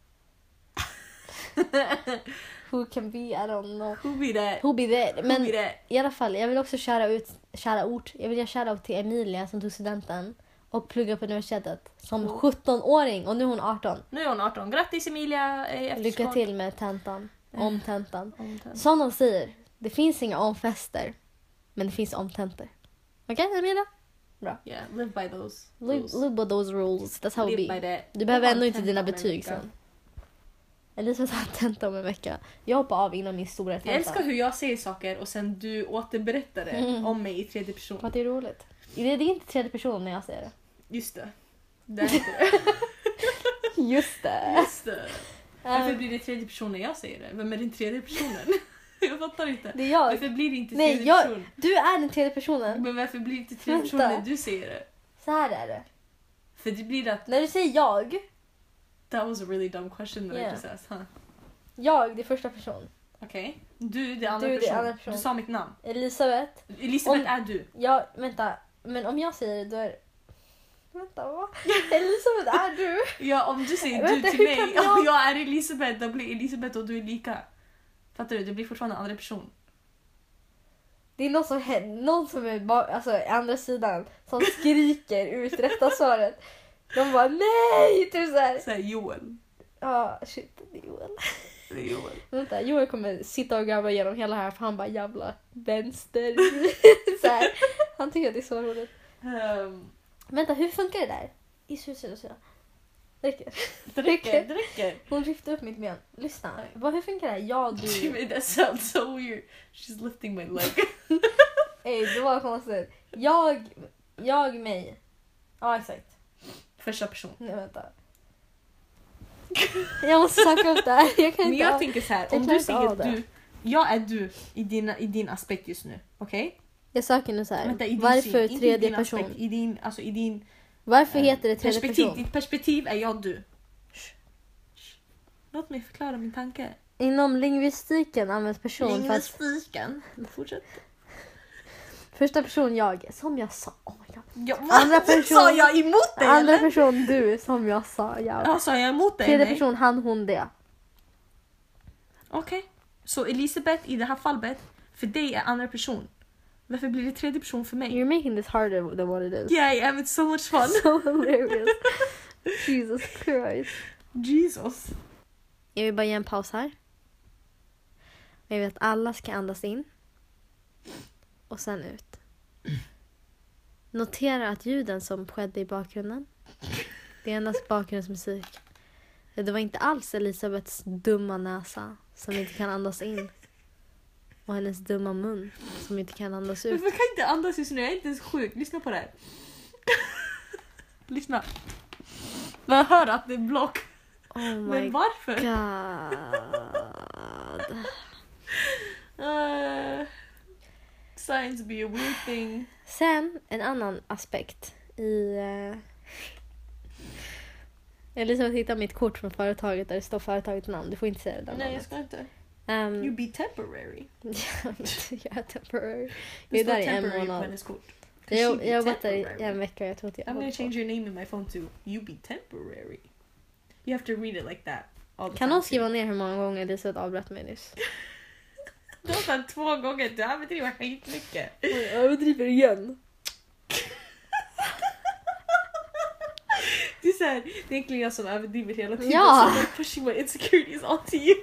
Who can be, I don't know. Who be that? Who be that? Men be that? i alla fall, jag vill också köra ut köra ort. Jag vill göra köra ut till Emilia som tog studenten och plugga på universitetet som oh. sjutton-åring och nu är hon arton. Nu är hon arton. Grattis Emilia. Lycka till med tentan. Om tentan. Om tentan. Som de säger, det finns inga omfester, men det finns omtentor. Okej, okay, Emilia? Bra. Yeah, live by those live, rules. Live by those rules. That's how live it be. By that. Du behöver ändå inte dina betyg sen. Elisabeth har tenta om en vecka. Jag hoppar av innan min stora tenta. Jag älskar hur jag säger saker och sen du återberättar det mm. om mig i tredje person. För att det är roligt. Det är inte tredje person när jag säger det. Just det. Det är inte det. Just det. Just det. Varför blir det tredje person när jag säger det? Vem är den tredje personen? Jag fattar inte. Det är jag. Varför blir det inte Nej, tredje jag, person? Du är den tredje personen. Men varför blir det inte tredje person när du säger det? Så här är det. För det blir att... När du säger jag... That was a really dumb question that yeah. I just asked, huh? Jag, det är första person. Okej. Okay. Du, det är andra, du, person. det andra person. Du sa mitt namn. Elisabeth. Elisabeth om, är du. Ja, vänta. Men om jag säger det, då är... Vänta, vad? Elisabeth är du? Ja, om du säger du till mig jag... och jag är Elisabeth, då blir Elisabeth och du är lika. Fattar du? Det blir fortfarande andra person. Det är någon som, någon som är ba- alltså, andra sidan som skriker ut rätta svaret. De bara nej! Typ såhär. Såhär Joel. Ja, oh, shit. Det är Joel. Det är Joel. Vänta, Joel kommer sitta och gräva igenom hela här för han bara jävla vänster. Så här. Han tycker att det är så roligt. Um, Vänta, hur funkar det där? I susen så. Det räcker. Det räcker, det räcker. Hon lyfter upp mitt ben. Lyssna. Vad, hur funkar det här? Ja, du... That sounds so weird. She's lifting my leg. Ey, det var konstigt. Jag, jag, mig. Ja, exakt. Första person. Nej, vänta. Jag måste söka upp det här. Jag kan Men inte jag av... tänker så här, om du säger du, jag är du i din, i din aspekt just nu, okej? Okay? Jag söker nu så här. Vänta, varför syn, tredje person? Aspekt, i din, alltså i din... Varför äh, heter det tredje perspektiv, person? Ditt perspektiv är jag du. Shh. Shh. Låt mig förklara min tanke. Inom lingvistiken används person Lingvistiken? Att... Fortsätt. Första person jag, som jag sa. Oh my god. Ja, andra person sa jag emot dig, andra eller? person du, som jag sa. Jag. Ja, sa jag emot dig? Tredje person han, hon, det. Okej. Okay. Så Elisabeth i det här fallet, för dig är andra person. Varför blir det tredje person för mig? You're making this harder than what it is. Yeah, I am. It's so much fun. So hilarious. Jesus Christ. Jesus. Jag vill bara ge en paus här. Jag vill att alla ska andas in. Och sen ut. Notera att ljuden som skedde i bakgrunden. Det är endast bakgrundsmusik. Det var inte alls Elisabeths dumma näsa som inte kan andas in. Och hennes dumma mun som inte kan andas ut. Men jag kan inte andas just nu, jag är inte ens sjuk. Lyssna på det här. Lyssna. Man hör att det är block. Oh my Men varför? God. uh, science be a weird thing. Sen en annan aspekt i... Uh... Elisabeth hittar mitt kort från företaget där det står företagets namn. Du får inte säga det där. Nej, jag ska inte. Um, you be temporary. Jag är temporary. Det är där står i en temporary månad. på hennes kort. Jag jag har varit där i en vecka. Jag tror att jag I'm gonna change your name in my phone to you be temporary. You have to read it like that. All the kan time. någon skriva ner hur många gånger det så att avbröt mig nyss? Du har sagt två gånger. Du överdriver skitmycket. Jag överdriver igen. är så här, det är egentligen jag som överdriver hela tiden. Ja. Så I'm pushing my insecurities onto you.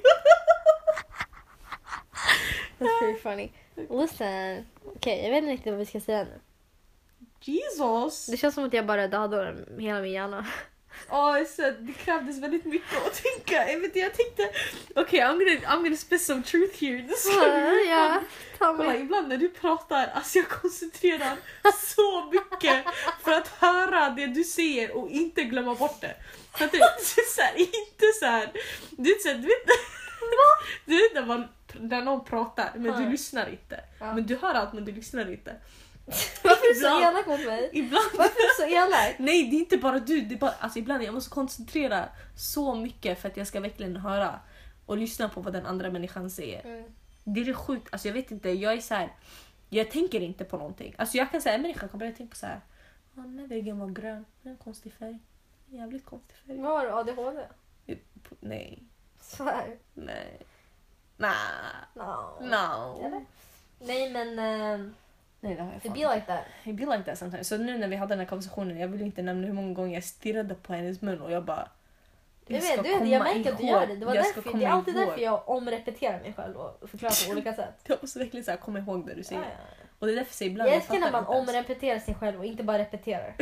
That's pretty funny. Listen. Okej, okay, jag vet inte riktigt vad vi ska säga nu. Jesus! Det känns som att jag bara dödade hela min hjärna. Ja, oh, så det krävdes väldigt mycket att tänka. Jag vet inte, jag tänkte okej, okay, I'm gonna I'm gonna spit some truth here. Uh, yeah, Kolla, ibland när du pratar, alltså jag koncentrerar så mycket för att höra det du säger och inte glömma bort det. För att det är så här, inte så här, du vet så här, du vet du vet när man när någon pratar men du uh. lyssnar inte. Ja. Men du hör allt men du lyssnar inte. Varför är du så elak mot mig? Ibland. Varför är du så elak? Nej, det är inte bara du. Det är bara, alltså ibland jag måste koncentrera så mycket för att jag ska verkligen höra och lyssna på vad den andra människan säger. Mm. Det är det sjukt. Alltså jag vet inte, jag är så här, jag tänker inte på någonting. Alltså jag kan säga en människa kan börja tänka på så här. Ja, den här väggen var grön. Det är en konstig färg. En jävligt konstig färg. Vad har du? A D H D? Nej. Svär. Nej. Nah. No. No. Eller? Nej, men... Uh, Nej, det har jag it fan. be like that. It be like that sometimes. Så nu när vi hade den här konversationen, jag vill inte nämna hur många gånger jag stirrade på hennes mun och jag bara... Jag vet, du vet, jag märker att du gör det. Det, var jag därför, det är alltid ihåg. därför jag omrepeterar mig själv och förklarar på olika sätt. Jag måste verkligen så här, komma ihåg det du säger. Ja, ja. Och det är därför jag ibland... Jag älskar när fattar man inte ens. omrepeterar sig själv och inte bara repeterar.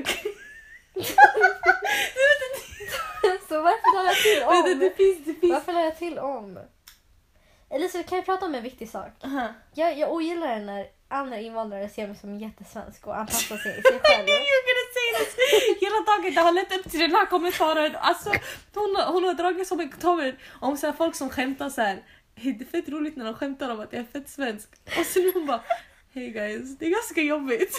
Så varför la jag till Men det, om? det finns, det finns... Varför la jag till om? Eller så kan vi prata om en viktig sak. Uh-huh. Jag, jag ogillar det när andra invandrare ser mig som jättesvensk och anpassar sig, sig själv. You're gonna say this. Hela dagen det har lett upp till den här kommentaren. Alltså, hon, hon har dragit som en kommentar om så här, folk som skämtar så här. Hey, det är fett roligt när de skämtar om att jag är fett svensk. Och så nu hon bara, hey guys, det är ganska jobbigt.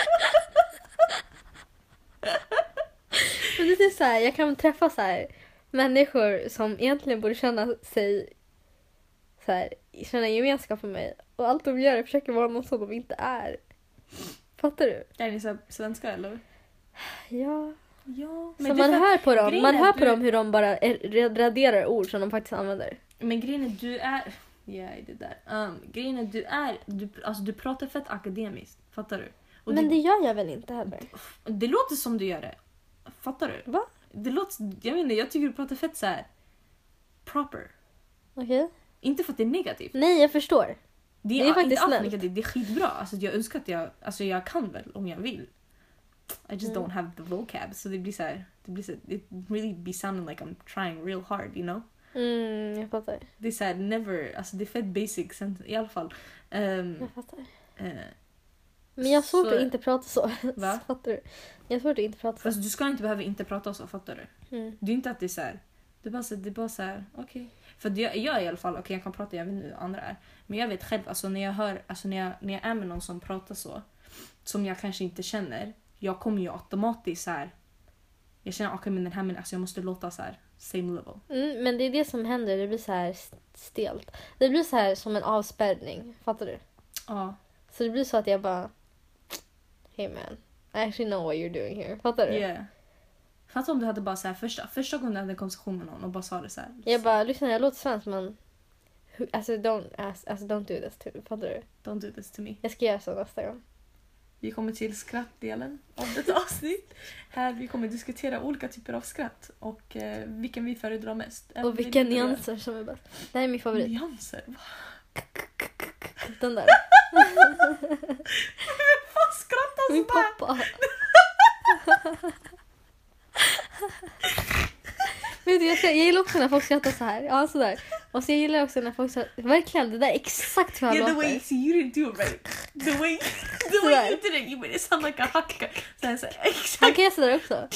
Men det är så här, jag kan träffa så här människor som egentligen borde känna sig så här, känna gemenskap med mig. Och allt de gör är att försöka vara någon som de inte är. Fattar du? Är ni så här svenska eller? Ja. Ja. Så man hör på dem, man hör på du... dem hur de bara är- raderar ord som de faktiskt använder. Men grejen är, du är... Ja, det där. Um, grejen är, du är... Du, alltså, du pratar fett akademiskt. Fattar du? Och Men du, det gör jag väl inte heller? det låter som du gör det. Fattar du? Va? Det låter... Jag vet inte, jag tycker du pratar fett så här proper. Okej. Okay. Inte för att det är negativt. Nej, jag förstår. Det är, Det är faktiskt inte alls snällt. negativt, det är skitbra. Alltså, jag önskar att jag... Alltså jag kan väl om jag vill. I just Mm. don't have the vocab. Så det blir så här... Det blir så här, it really be sounding like I'm trying real hard, you know? Mm, jag fattar. Det är så här, never... Alltså det är fett basic sen, i alla fall. Um, Jag fattar. uh, Men jag har svårt Så- att inte prata så. Va? Fattar du? Jag har svårt att inte prata så. Fast du ska inte behöva inte prata så, fattar du? Mm. Det är inte att det är så här. Det är bara så, det är bara så här, okej. Okay. För jag, jag i alla fall, okej okay, jag kan prata, jag vet inte hur andra är. Men jag vet själv, alltså när jag hör, alltså när jag, när jag är med någon som pratar så, som jag kanske inte känner, jag kommer ju automatiskt så här. Jag känner, okej okay, men den här men alltså jag måste låta så här, same level. Mm, men det är det som händer, det blir så här stelt. Det blir så här som en avspärrning, fattar du? Ja. Så det blir så att jag bara, hey man, I actually know what you're doing here, fattar du? Yeah. Fatta om du hade bara så här, första, första gången du hade en konversation med någon och bara sa det så här. Jag bara, lyssna, jag låter svensk men hu- alltså don't, ask, alltså don't do this to me, fattar du? Don't do this to me. Jag ska göra så nästa gång. Vi kommer till skrattdelen av detta avsnitt. Här vi kommer diskutera olika typer av skratt och eh, vilken vi föredrar mest. Även Och vilka vill börja- nyanser som är bäst. Det här är min favorit. Nyanser? Va? Den där. Vad skrattar Min sådär? pappa. Vet du, jag, jag gillar också när folk skrattar så här. Ja, sådär. Och så jag gillar också när folk skrattar. Verkligen, det där är exakt hur han Yeah, the låter. way see, you didn't do it right. The way, the way you did it, you made it sound like a hacka. Så här, så här, Han exakt. kan göra sådär också.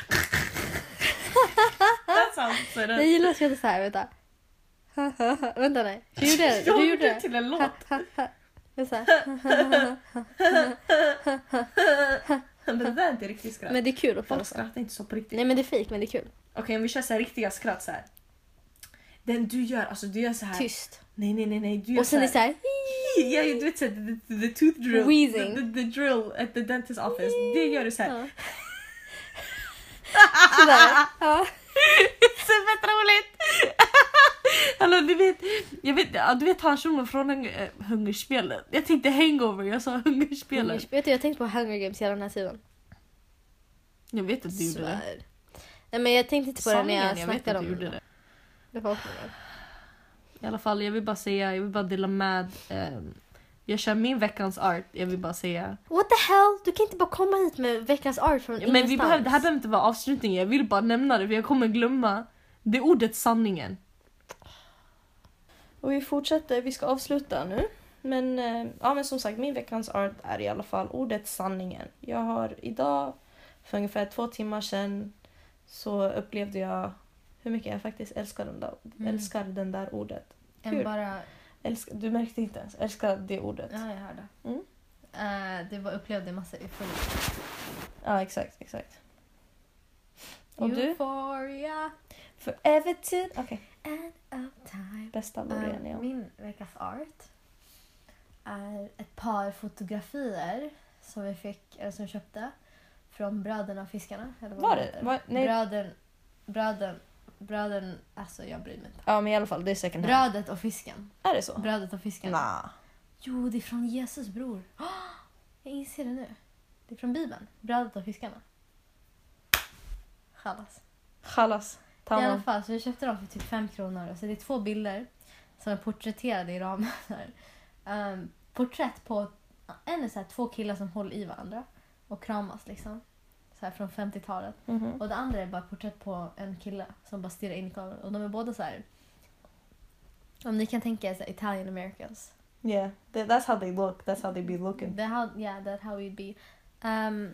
That sounds so Jag gillar att skratta så här, vänta. Vänta, nej. Hur gjorde det? Jag Hur gjorde gjorde det det? till en låt. Men så här. Men det där är inte riktigt skratt. Men det är kul att få Folk så. skrattar inte så på riktigt. Nej, men det är fake, men det är kul. Okej, om vi kör så här riktiga skratt så här. Den du gör, alltså du gör så här. Tyst. Nej, nej, nej, nej. Du gör Och sen är det så så här. här. Ja, du vet så här, the, the, the tooth drill. Wheezing. The, the, the drill at the dentist office. Det gör du så här. Ja. Sådär. Ja. Så fett roligt! Hallå, du vet, jag vet, ja, du vet han sjunger från äh, Hungerspelet. Jag tänkte Hangover, jag sa Hungerspelet. Vet du, jag tänkte på Hunger Games hela den här sidan. Jag vet att du gjorde det. Svär. Nej, men jag tänkte inte på det när jag Sanningen, jag vet snackade inte om hur gjorde det. befolkningen. I alla fall, jag vill bara säga, jag vill bara dela med. Eh, jag kör min veckans art. Jag vill bara säga. What the hell? Du kan inte bara komma hit med veckans art från Men vi behöver, det här behöver inte vara avslutningen. Jag vill bara nämna det för jag kommer glömma. Det är ordet sanningen. Och vi fortsätter, vi ska avsluta nu. Men, eh, ja, men som sagt, min veckans art är i alla fall ordet sanningen. Jag har idag, för ungefär två timmar sedan, så upplevde jag hur mycket jag faktiskt älskar den där, Mm. älskar den där ordet. En Kul. bara... Älskar, du märkte inte ens, älskar det ordet. Ja, jag hörde. Mm. Uh, det var upplevde massa eufori. Ja, exakt, exakt. Och du? Euphoria. Forever to... Okej. End of time. Bästa Loreen, Uh, ja. min veckas art är ett par fotografier som vi fick, eller som vi köpte från Bröderna och fiskarna. Eller vad Var det det? heter. Var, nej. Bröden, bröden, bröden, alltså jag bryr mig inte. Ja, men i alla fall, det är second hand. Brödet och fisken. Är det så? Brödet och fisken. Nah. Jo, det är från Jesus bror. Oh, jag inser det nu. Det är från Bibeln. Brödet och fiskarna. Chalas. Chalas. I alla Tamam. fall, så vi köpte dem för typ fem kronor. Så det är två bilder som är porträtterade i ramen. um, porträtt på en är så här, två killar som håller i varandra och kramas liksom. Så här från femtiotalet. Mhm. Och det andra är bara porträtt på en kille som bara stirrar in i kameran. Och de är båda så här. Om ni kan tänka er så här, Italian Americans. Yeah, th- that's how they look. That's how they be looking. That how, yeah, that's how we'd be. Um,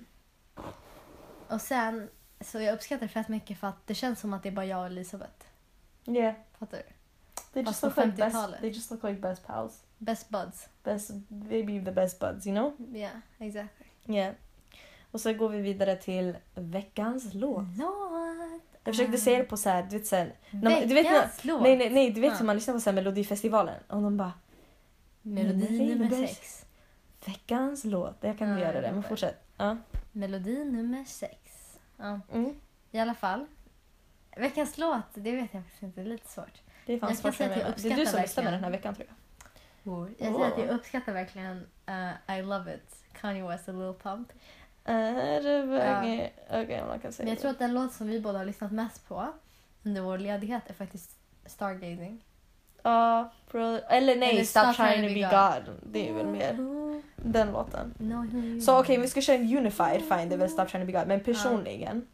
och sen, så jag uppskattar det fett mycket för att det känns som att det är bara jag och Elisabeth. Yeah, Fattar du? they Fast just på look like best. femtiotalet. They just look like best pals. Best buds. Best, they be the best buds, you know? Yeah, exactly. Yeah. Och så går vi vidare till veckans låt. Låt. Jag försökte säga det på så här, du vet så här, när man, du vet när, Veckans låt. nej, nej, nej, du vet Ja. som man lyssnar på så här Melodifestivalen och de bara Melodi nummer sex. veckans låt. Jag kan Ja, vi göra det, jag men fattar. fortsätt. Ja. Melodi nummer sex. Ja, Mm. i alla fall. Veckans låt, det vet jag faktiskt inte. Det är lite svårt. Det är fan Jag kan svårt för säga att mig. jag Det är du som uppskattar bestämmer verkligen- den här veckan tror jag. Jag säger att jag uppskattar verkligen uh, I Love It, Kanye West och Lil Pump. Är det verkligen... Okej, man kan säga Men jag det. tror att den låt som vi båda har lyssnat mest på under vår ledighet är faktiskt Stargazing. Ja, bro. Eller nej, Eller Stop, trying to be God. Det är väl mer Mm. den låten. No, no, no. Så okej, vi ska köra en unified, fine, det är väl Stop trying to be God. Men personligen,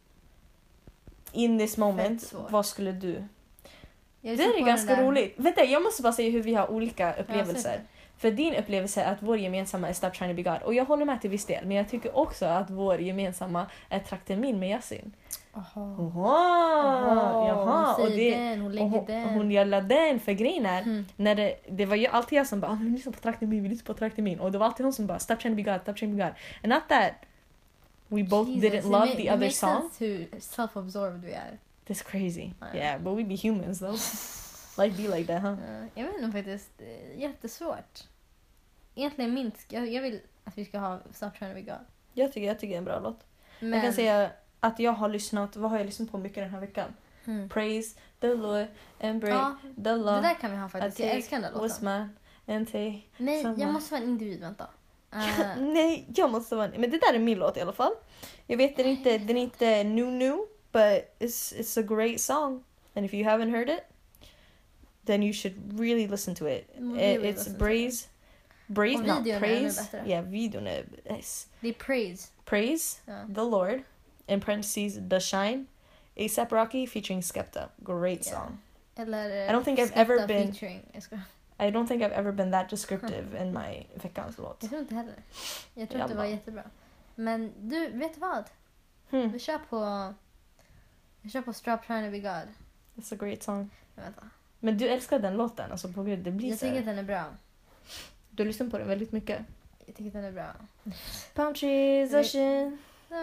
in this moment, Fett svårt. vad skulle du? Jag Det lyssnar är på ganska den där- roligt. Vänta, jag måste bara säga hur vi har olika Ja, upplevelser. säg det. För din upplevelse är att vår gemensamma är Stop trying to be God. Och jag håller med till viss del. Men jag tycker också att vår gemensamma är Trakten min med Yasin. Jaha. Jaha, jaha. Hon Och säger det, den, hon och lägger hon, den. och hon gillar den för grejen är, Mm. när det, det var ju alltid jag som bara, ah, men vi lyssnar på Trakten min, vi lyssnar på Trakten min. Och det var alltid hon som bara, Stop trying to be God, stop trying to be God. And not that we both Jesus, didn't it love ma- the it other makes song. sense hur self-absorbed vi är. That's crazy. Ja. Yeah, but we be humans though. Life be like that, huh? Uh, jag vet nog faktiskt, det är jättesvårt. Egentligen minst, jag, jag vill att vi ska ha Stop trying to be God. Jag tycker, jag tycker det är en bra låt. Men, Jag kan säga att jag har lyssnat, vad har jag lyssnat på mycket den här veckan? mm. Praise the Lord and break Ja, the det law. där kan vi ha faktiskt. Jag älskar den där was låten. man and take Nej, samma. jag måste vara en individ, vänta. Uh, Nej, jag måste vara... Men det där är min låt i alla fall. Jag vet den är inte, den är inte new new, but it's, it's a great song. And if you haven't heard it, then you should really listen to it. Mm, It- really it's listen to Praise, Praise, Och not videon är ännu praise. bättre. Yeah, videon är... Yes. det är praise. Praise Ja. the Lord, in parentheses, The Shine, A$AP Rocky featuring Skepta. Great Yeah. song. Eller I don't think I've Skepta ever been- featuring. Jag, ska, I don't think I've ever been that descriptive in my veckans låt. jag tror inte heller. Jag tror att det Jabba. var jättebra. Men du, vet du vad? Hmm. Vi kör på... Vi kör på Stop trying to be God. It's a great song. Vänta. Men du älskar den låten, alltså på gud, det blir Jag så tycker här. att den är bra. Du lyssnar på den väldigt mycket. Jag tycker att den är bra. Palm trees, Det- ocean.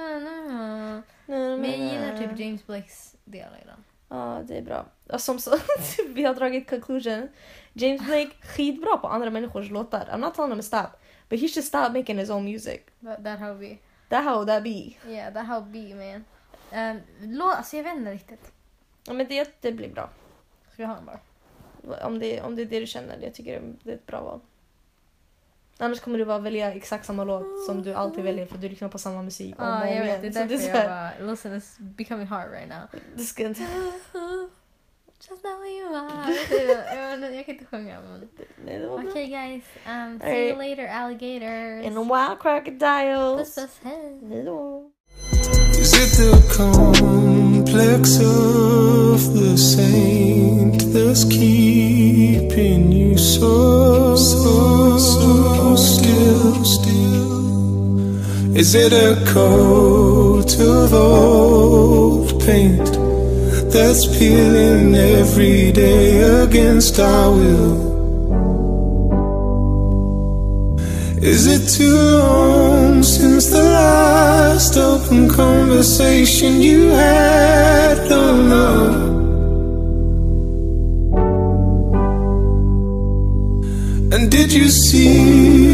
Men jag gillar typ James Blakes del i den. Ja, det är bra. Och som så, vi har dragit conclusion. James Blake, skitbra på andra människors låtar. I'm not telling him to stop. But he should stop making his own music. But that how we... That how that be. Yeah, that how be, man. Um, lå, alltså jag vet inte riktigt. Ja, men det, det blir bra. Ska vi ha den bara? Om det, om det är det du känner. Jag tycker det är ett bra val. Annars kommer du bara välja exakt samma låt som du alltid väljer för du lyssnar på samma musik. Ja, ah, jag vet. Det är därför det är jag bara, listen, it's becoming hard right now. Du ska inte... Just know you are. jag, jag kan inte sjunga. Men... Okej okay, guys. Um, see you later, alligators. In a wild crocodiles. Puss, puss, hej. Hejdå. Is it the complex of the saint that's keeping you so, so, so still, still? Is it a coat of old paint that's peeling every day against our will? Is it too long since the last open conversation you had? Don't know. And did you see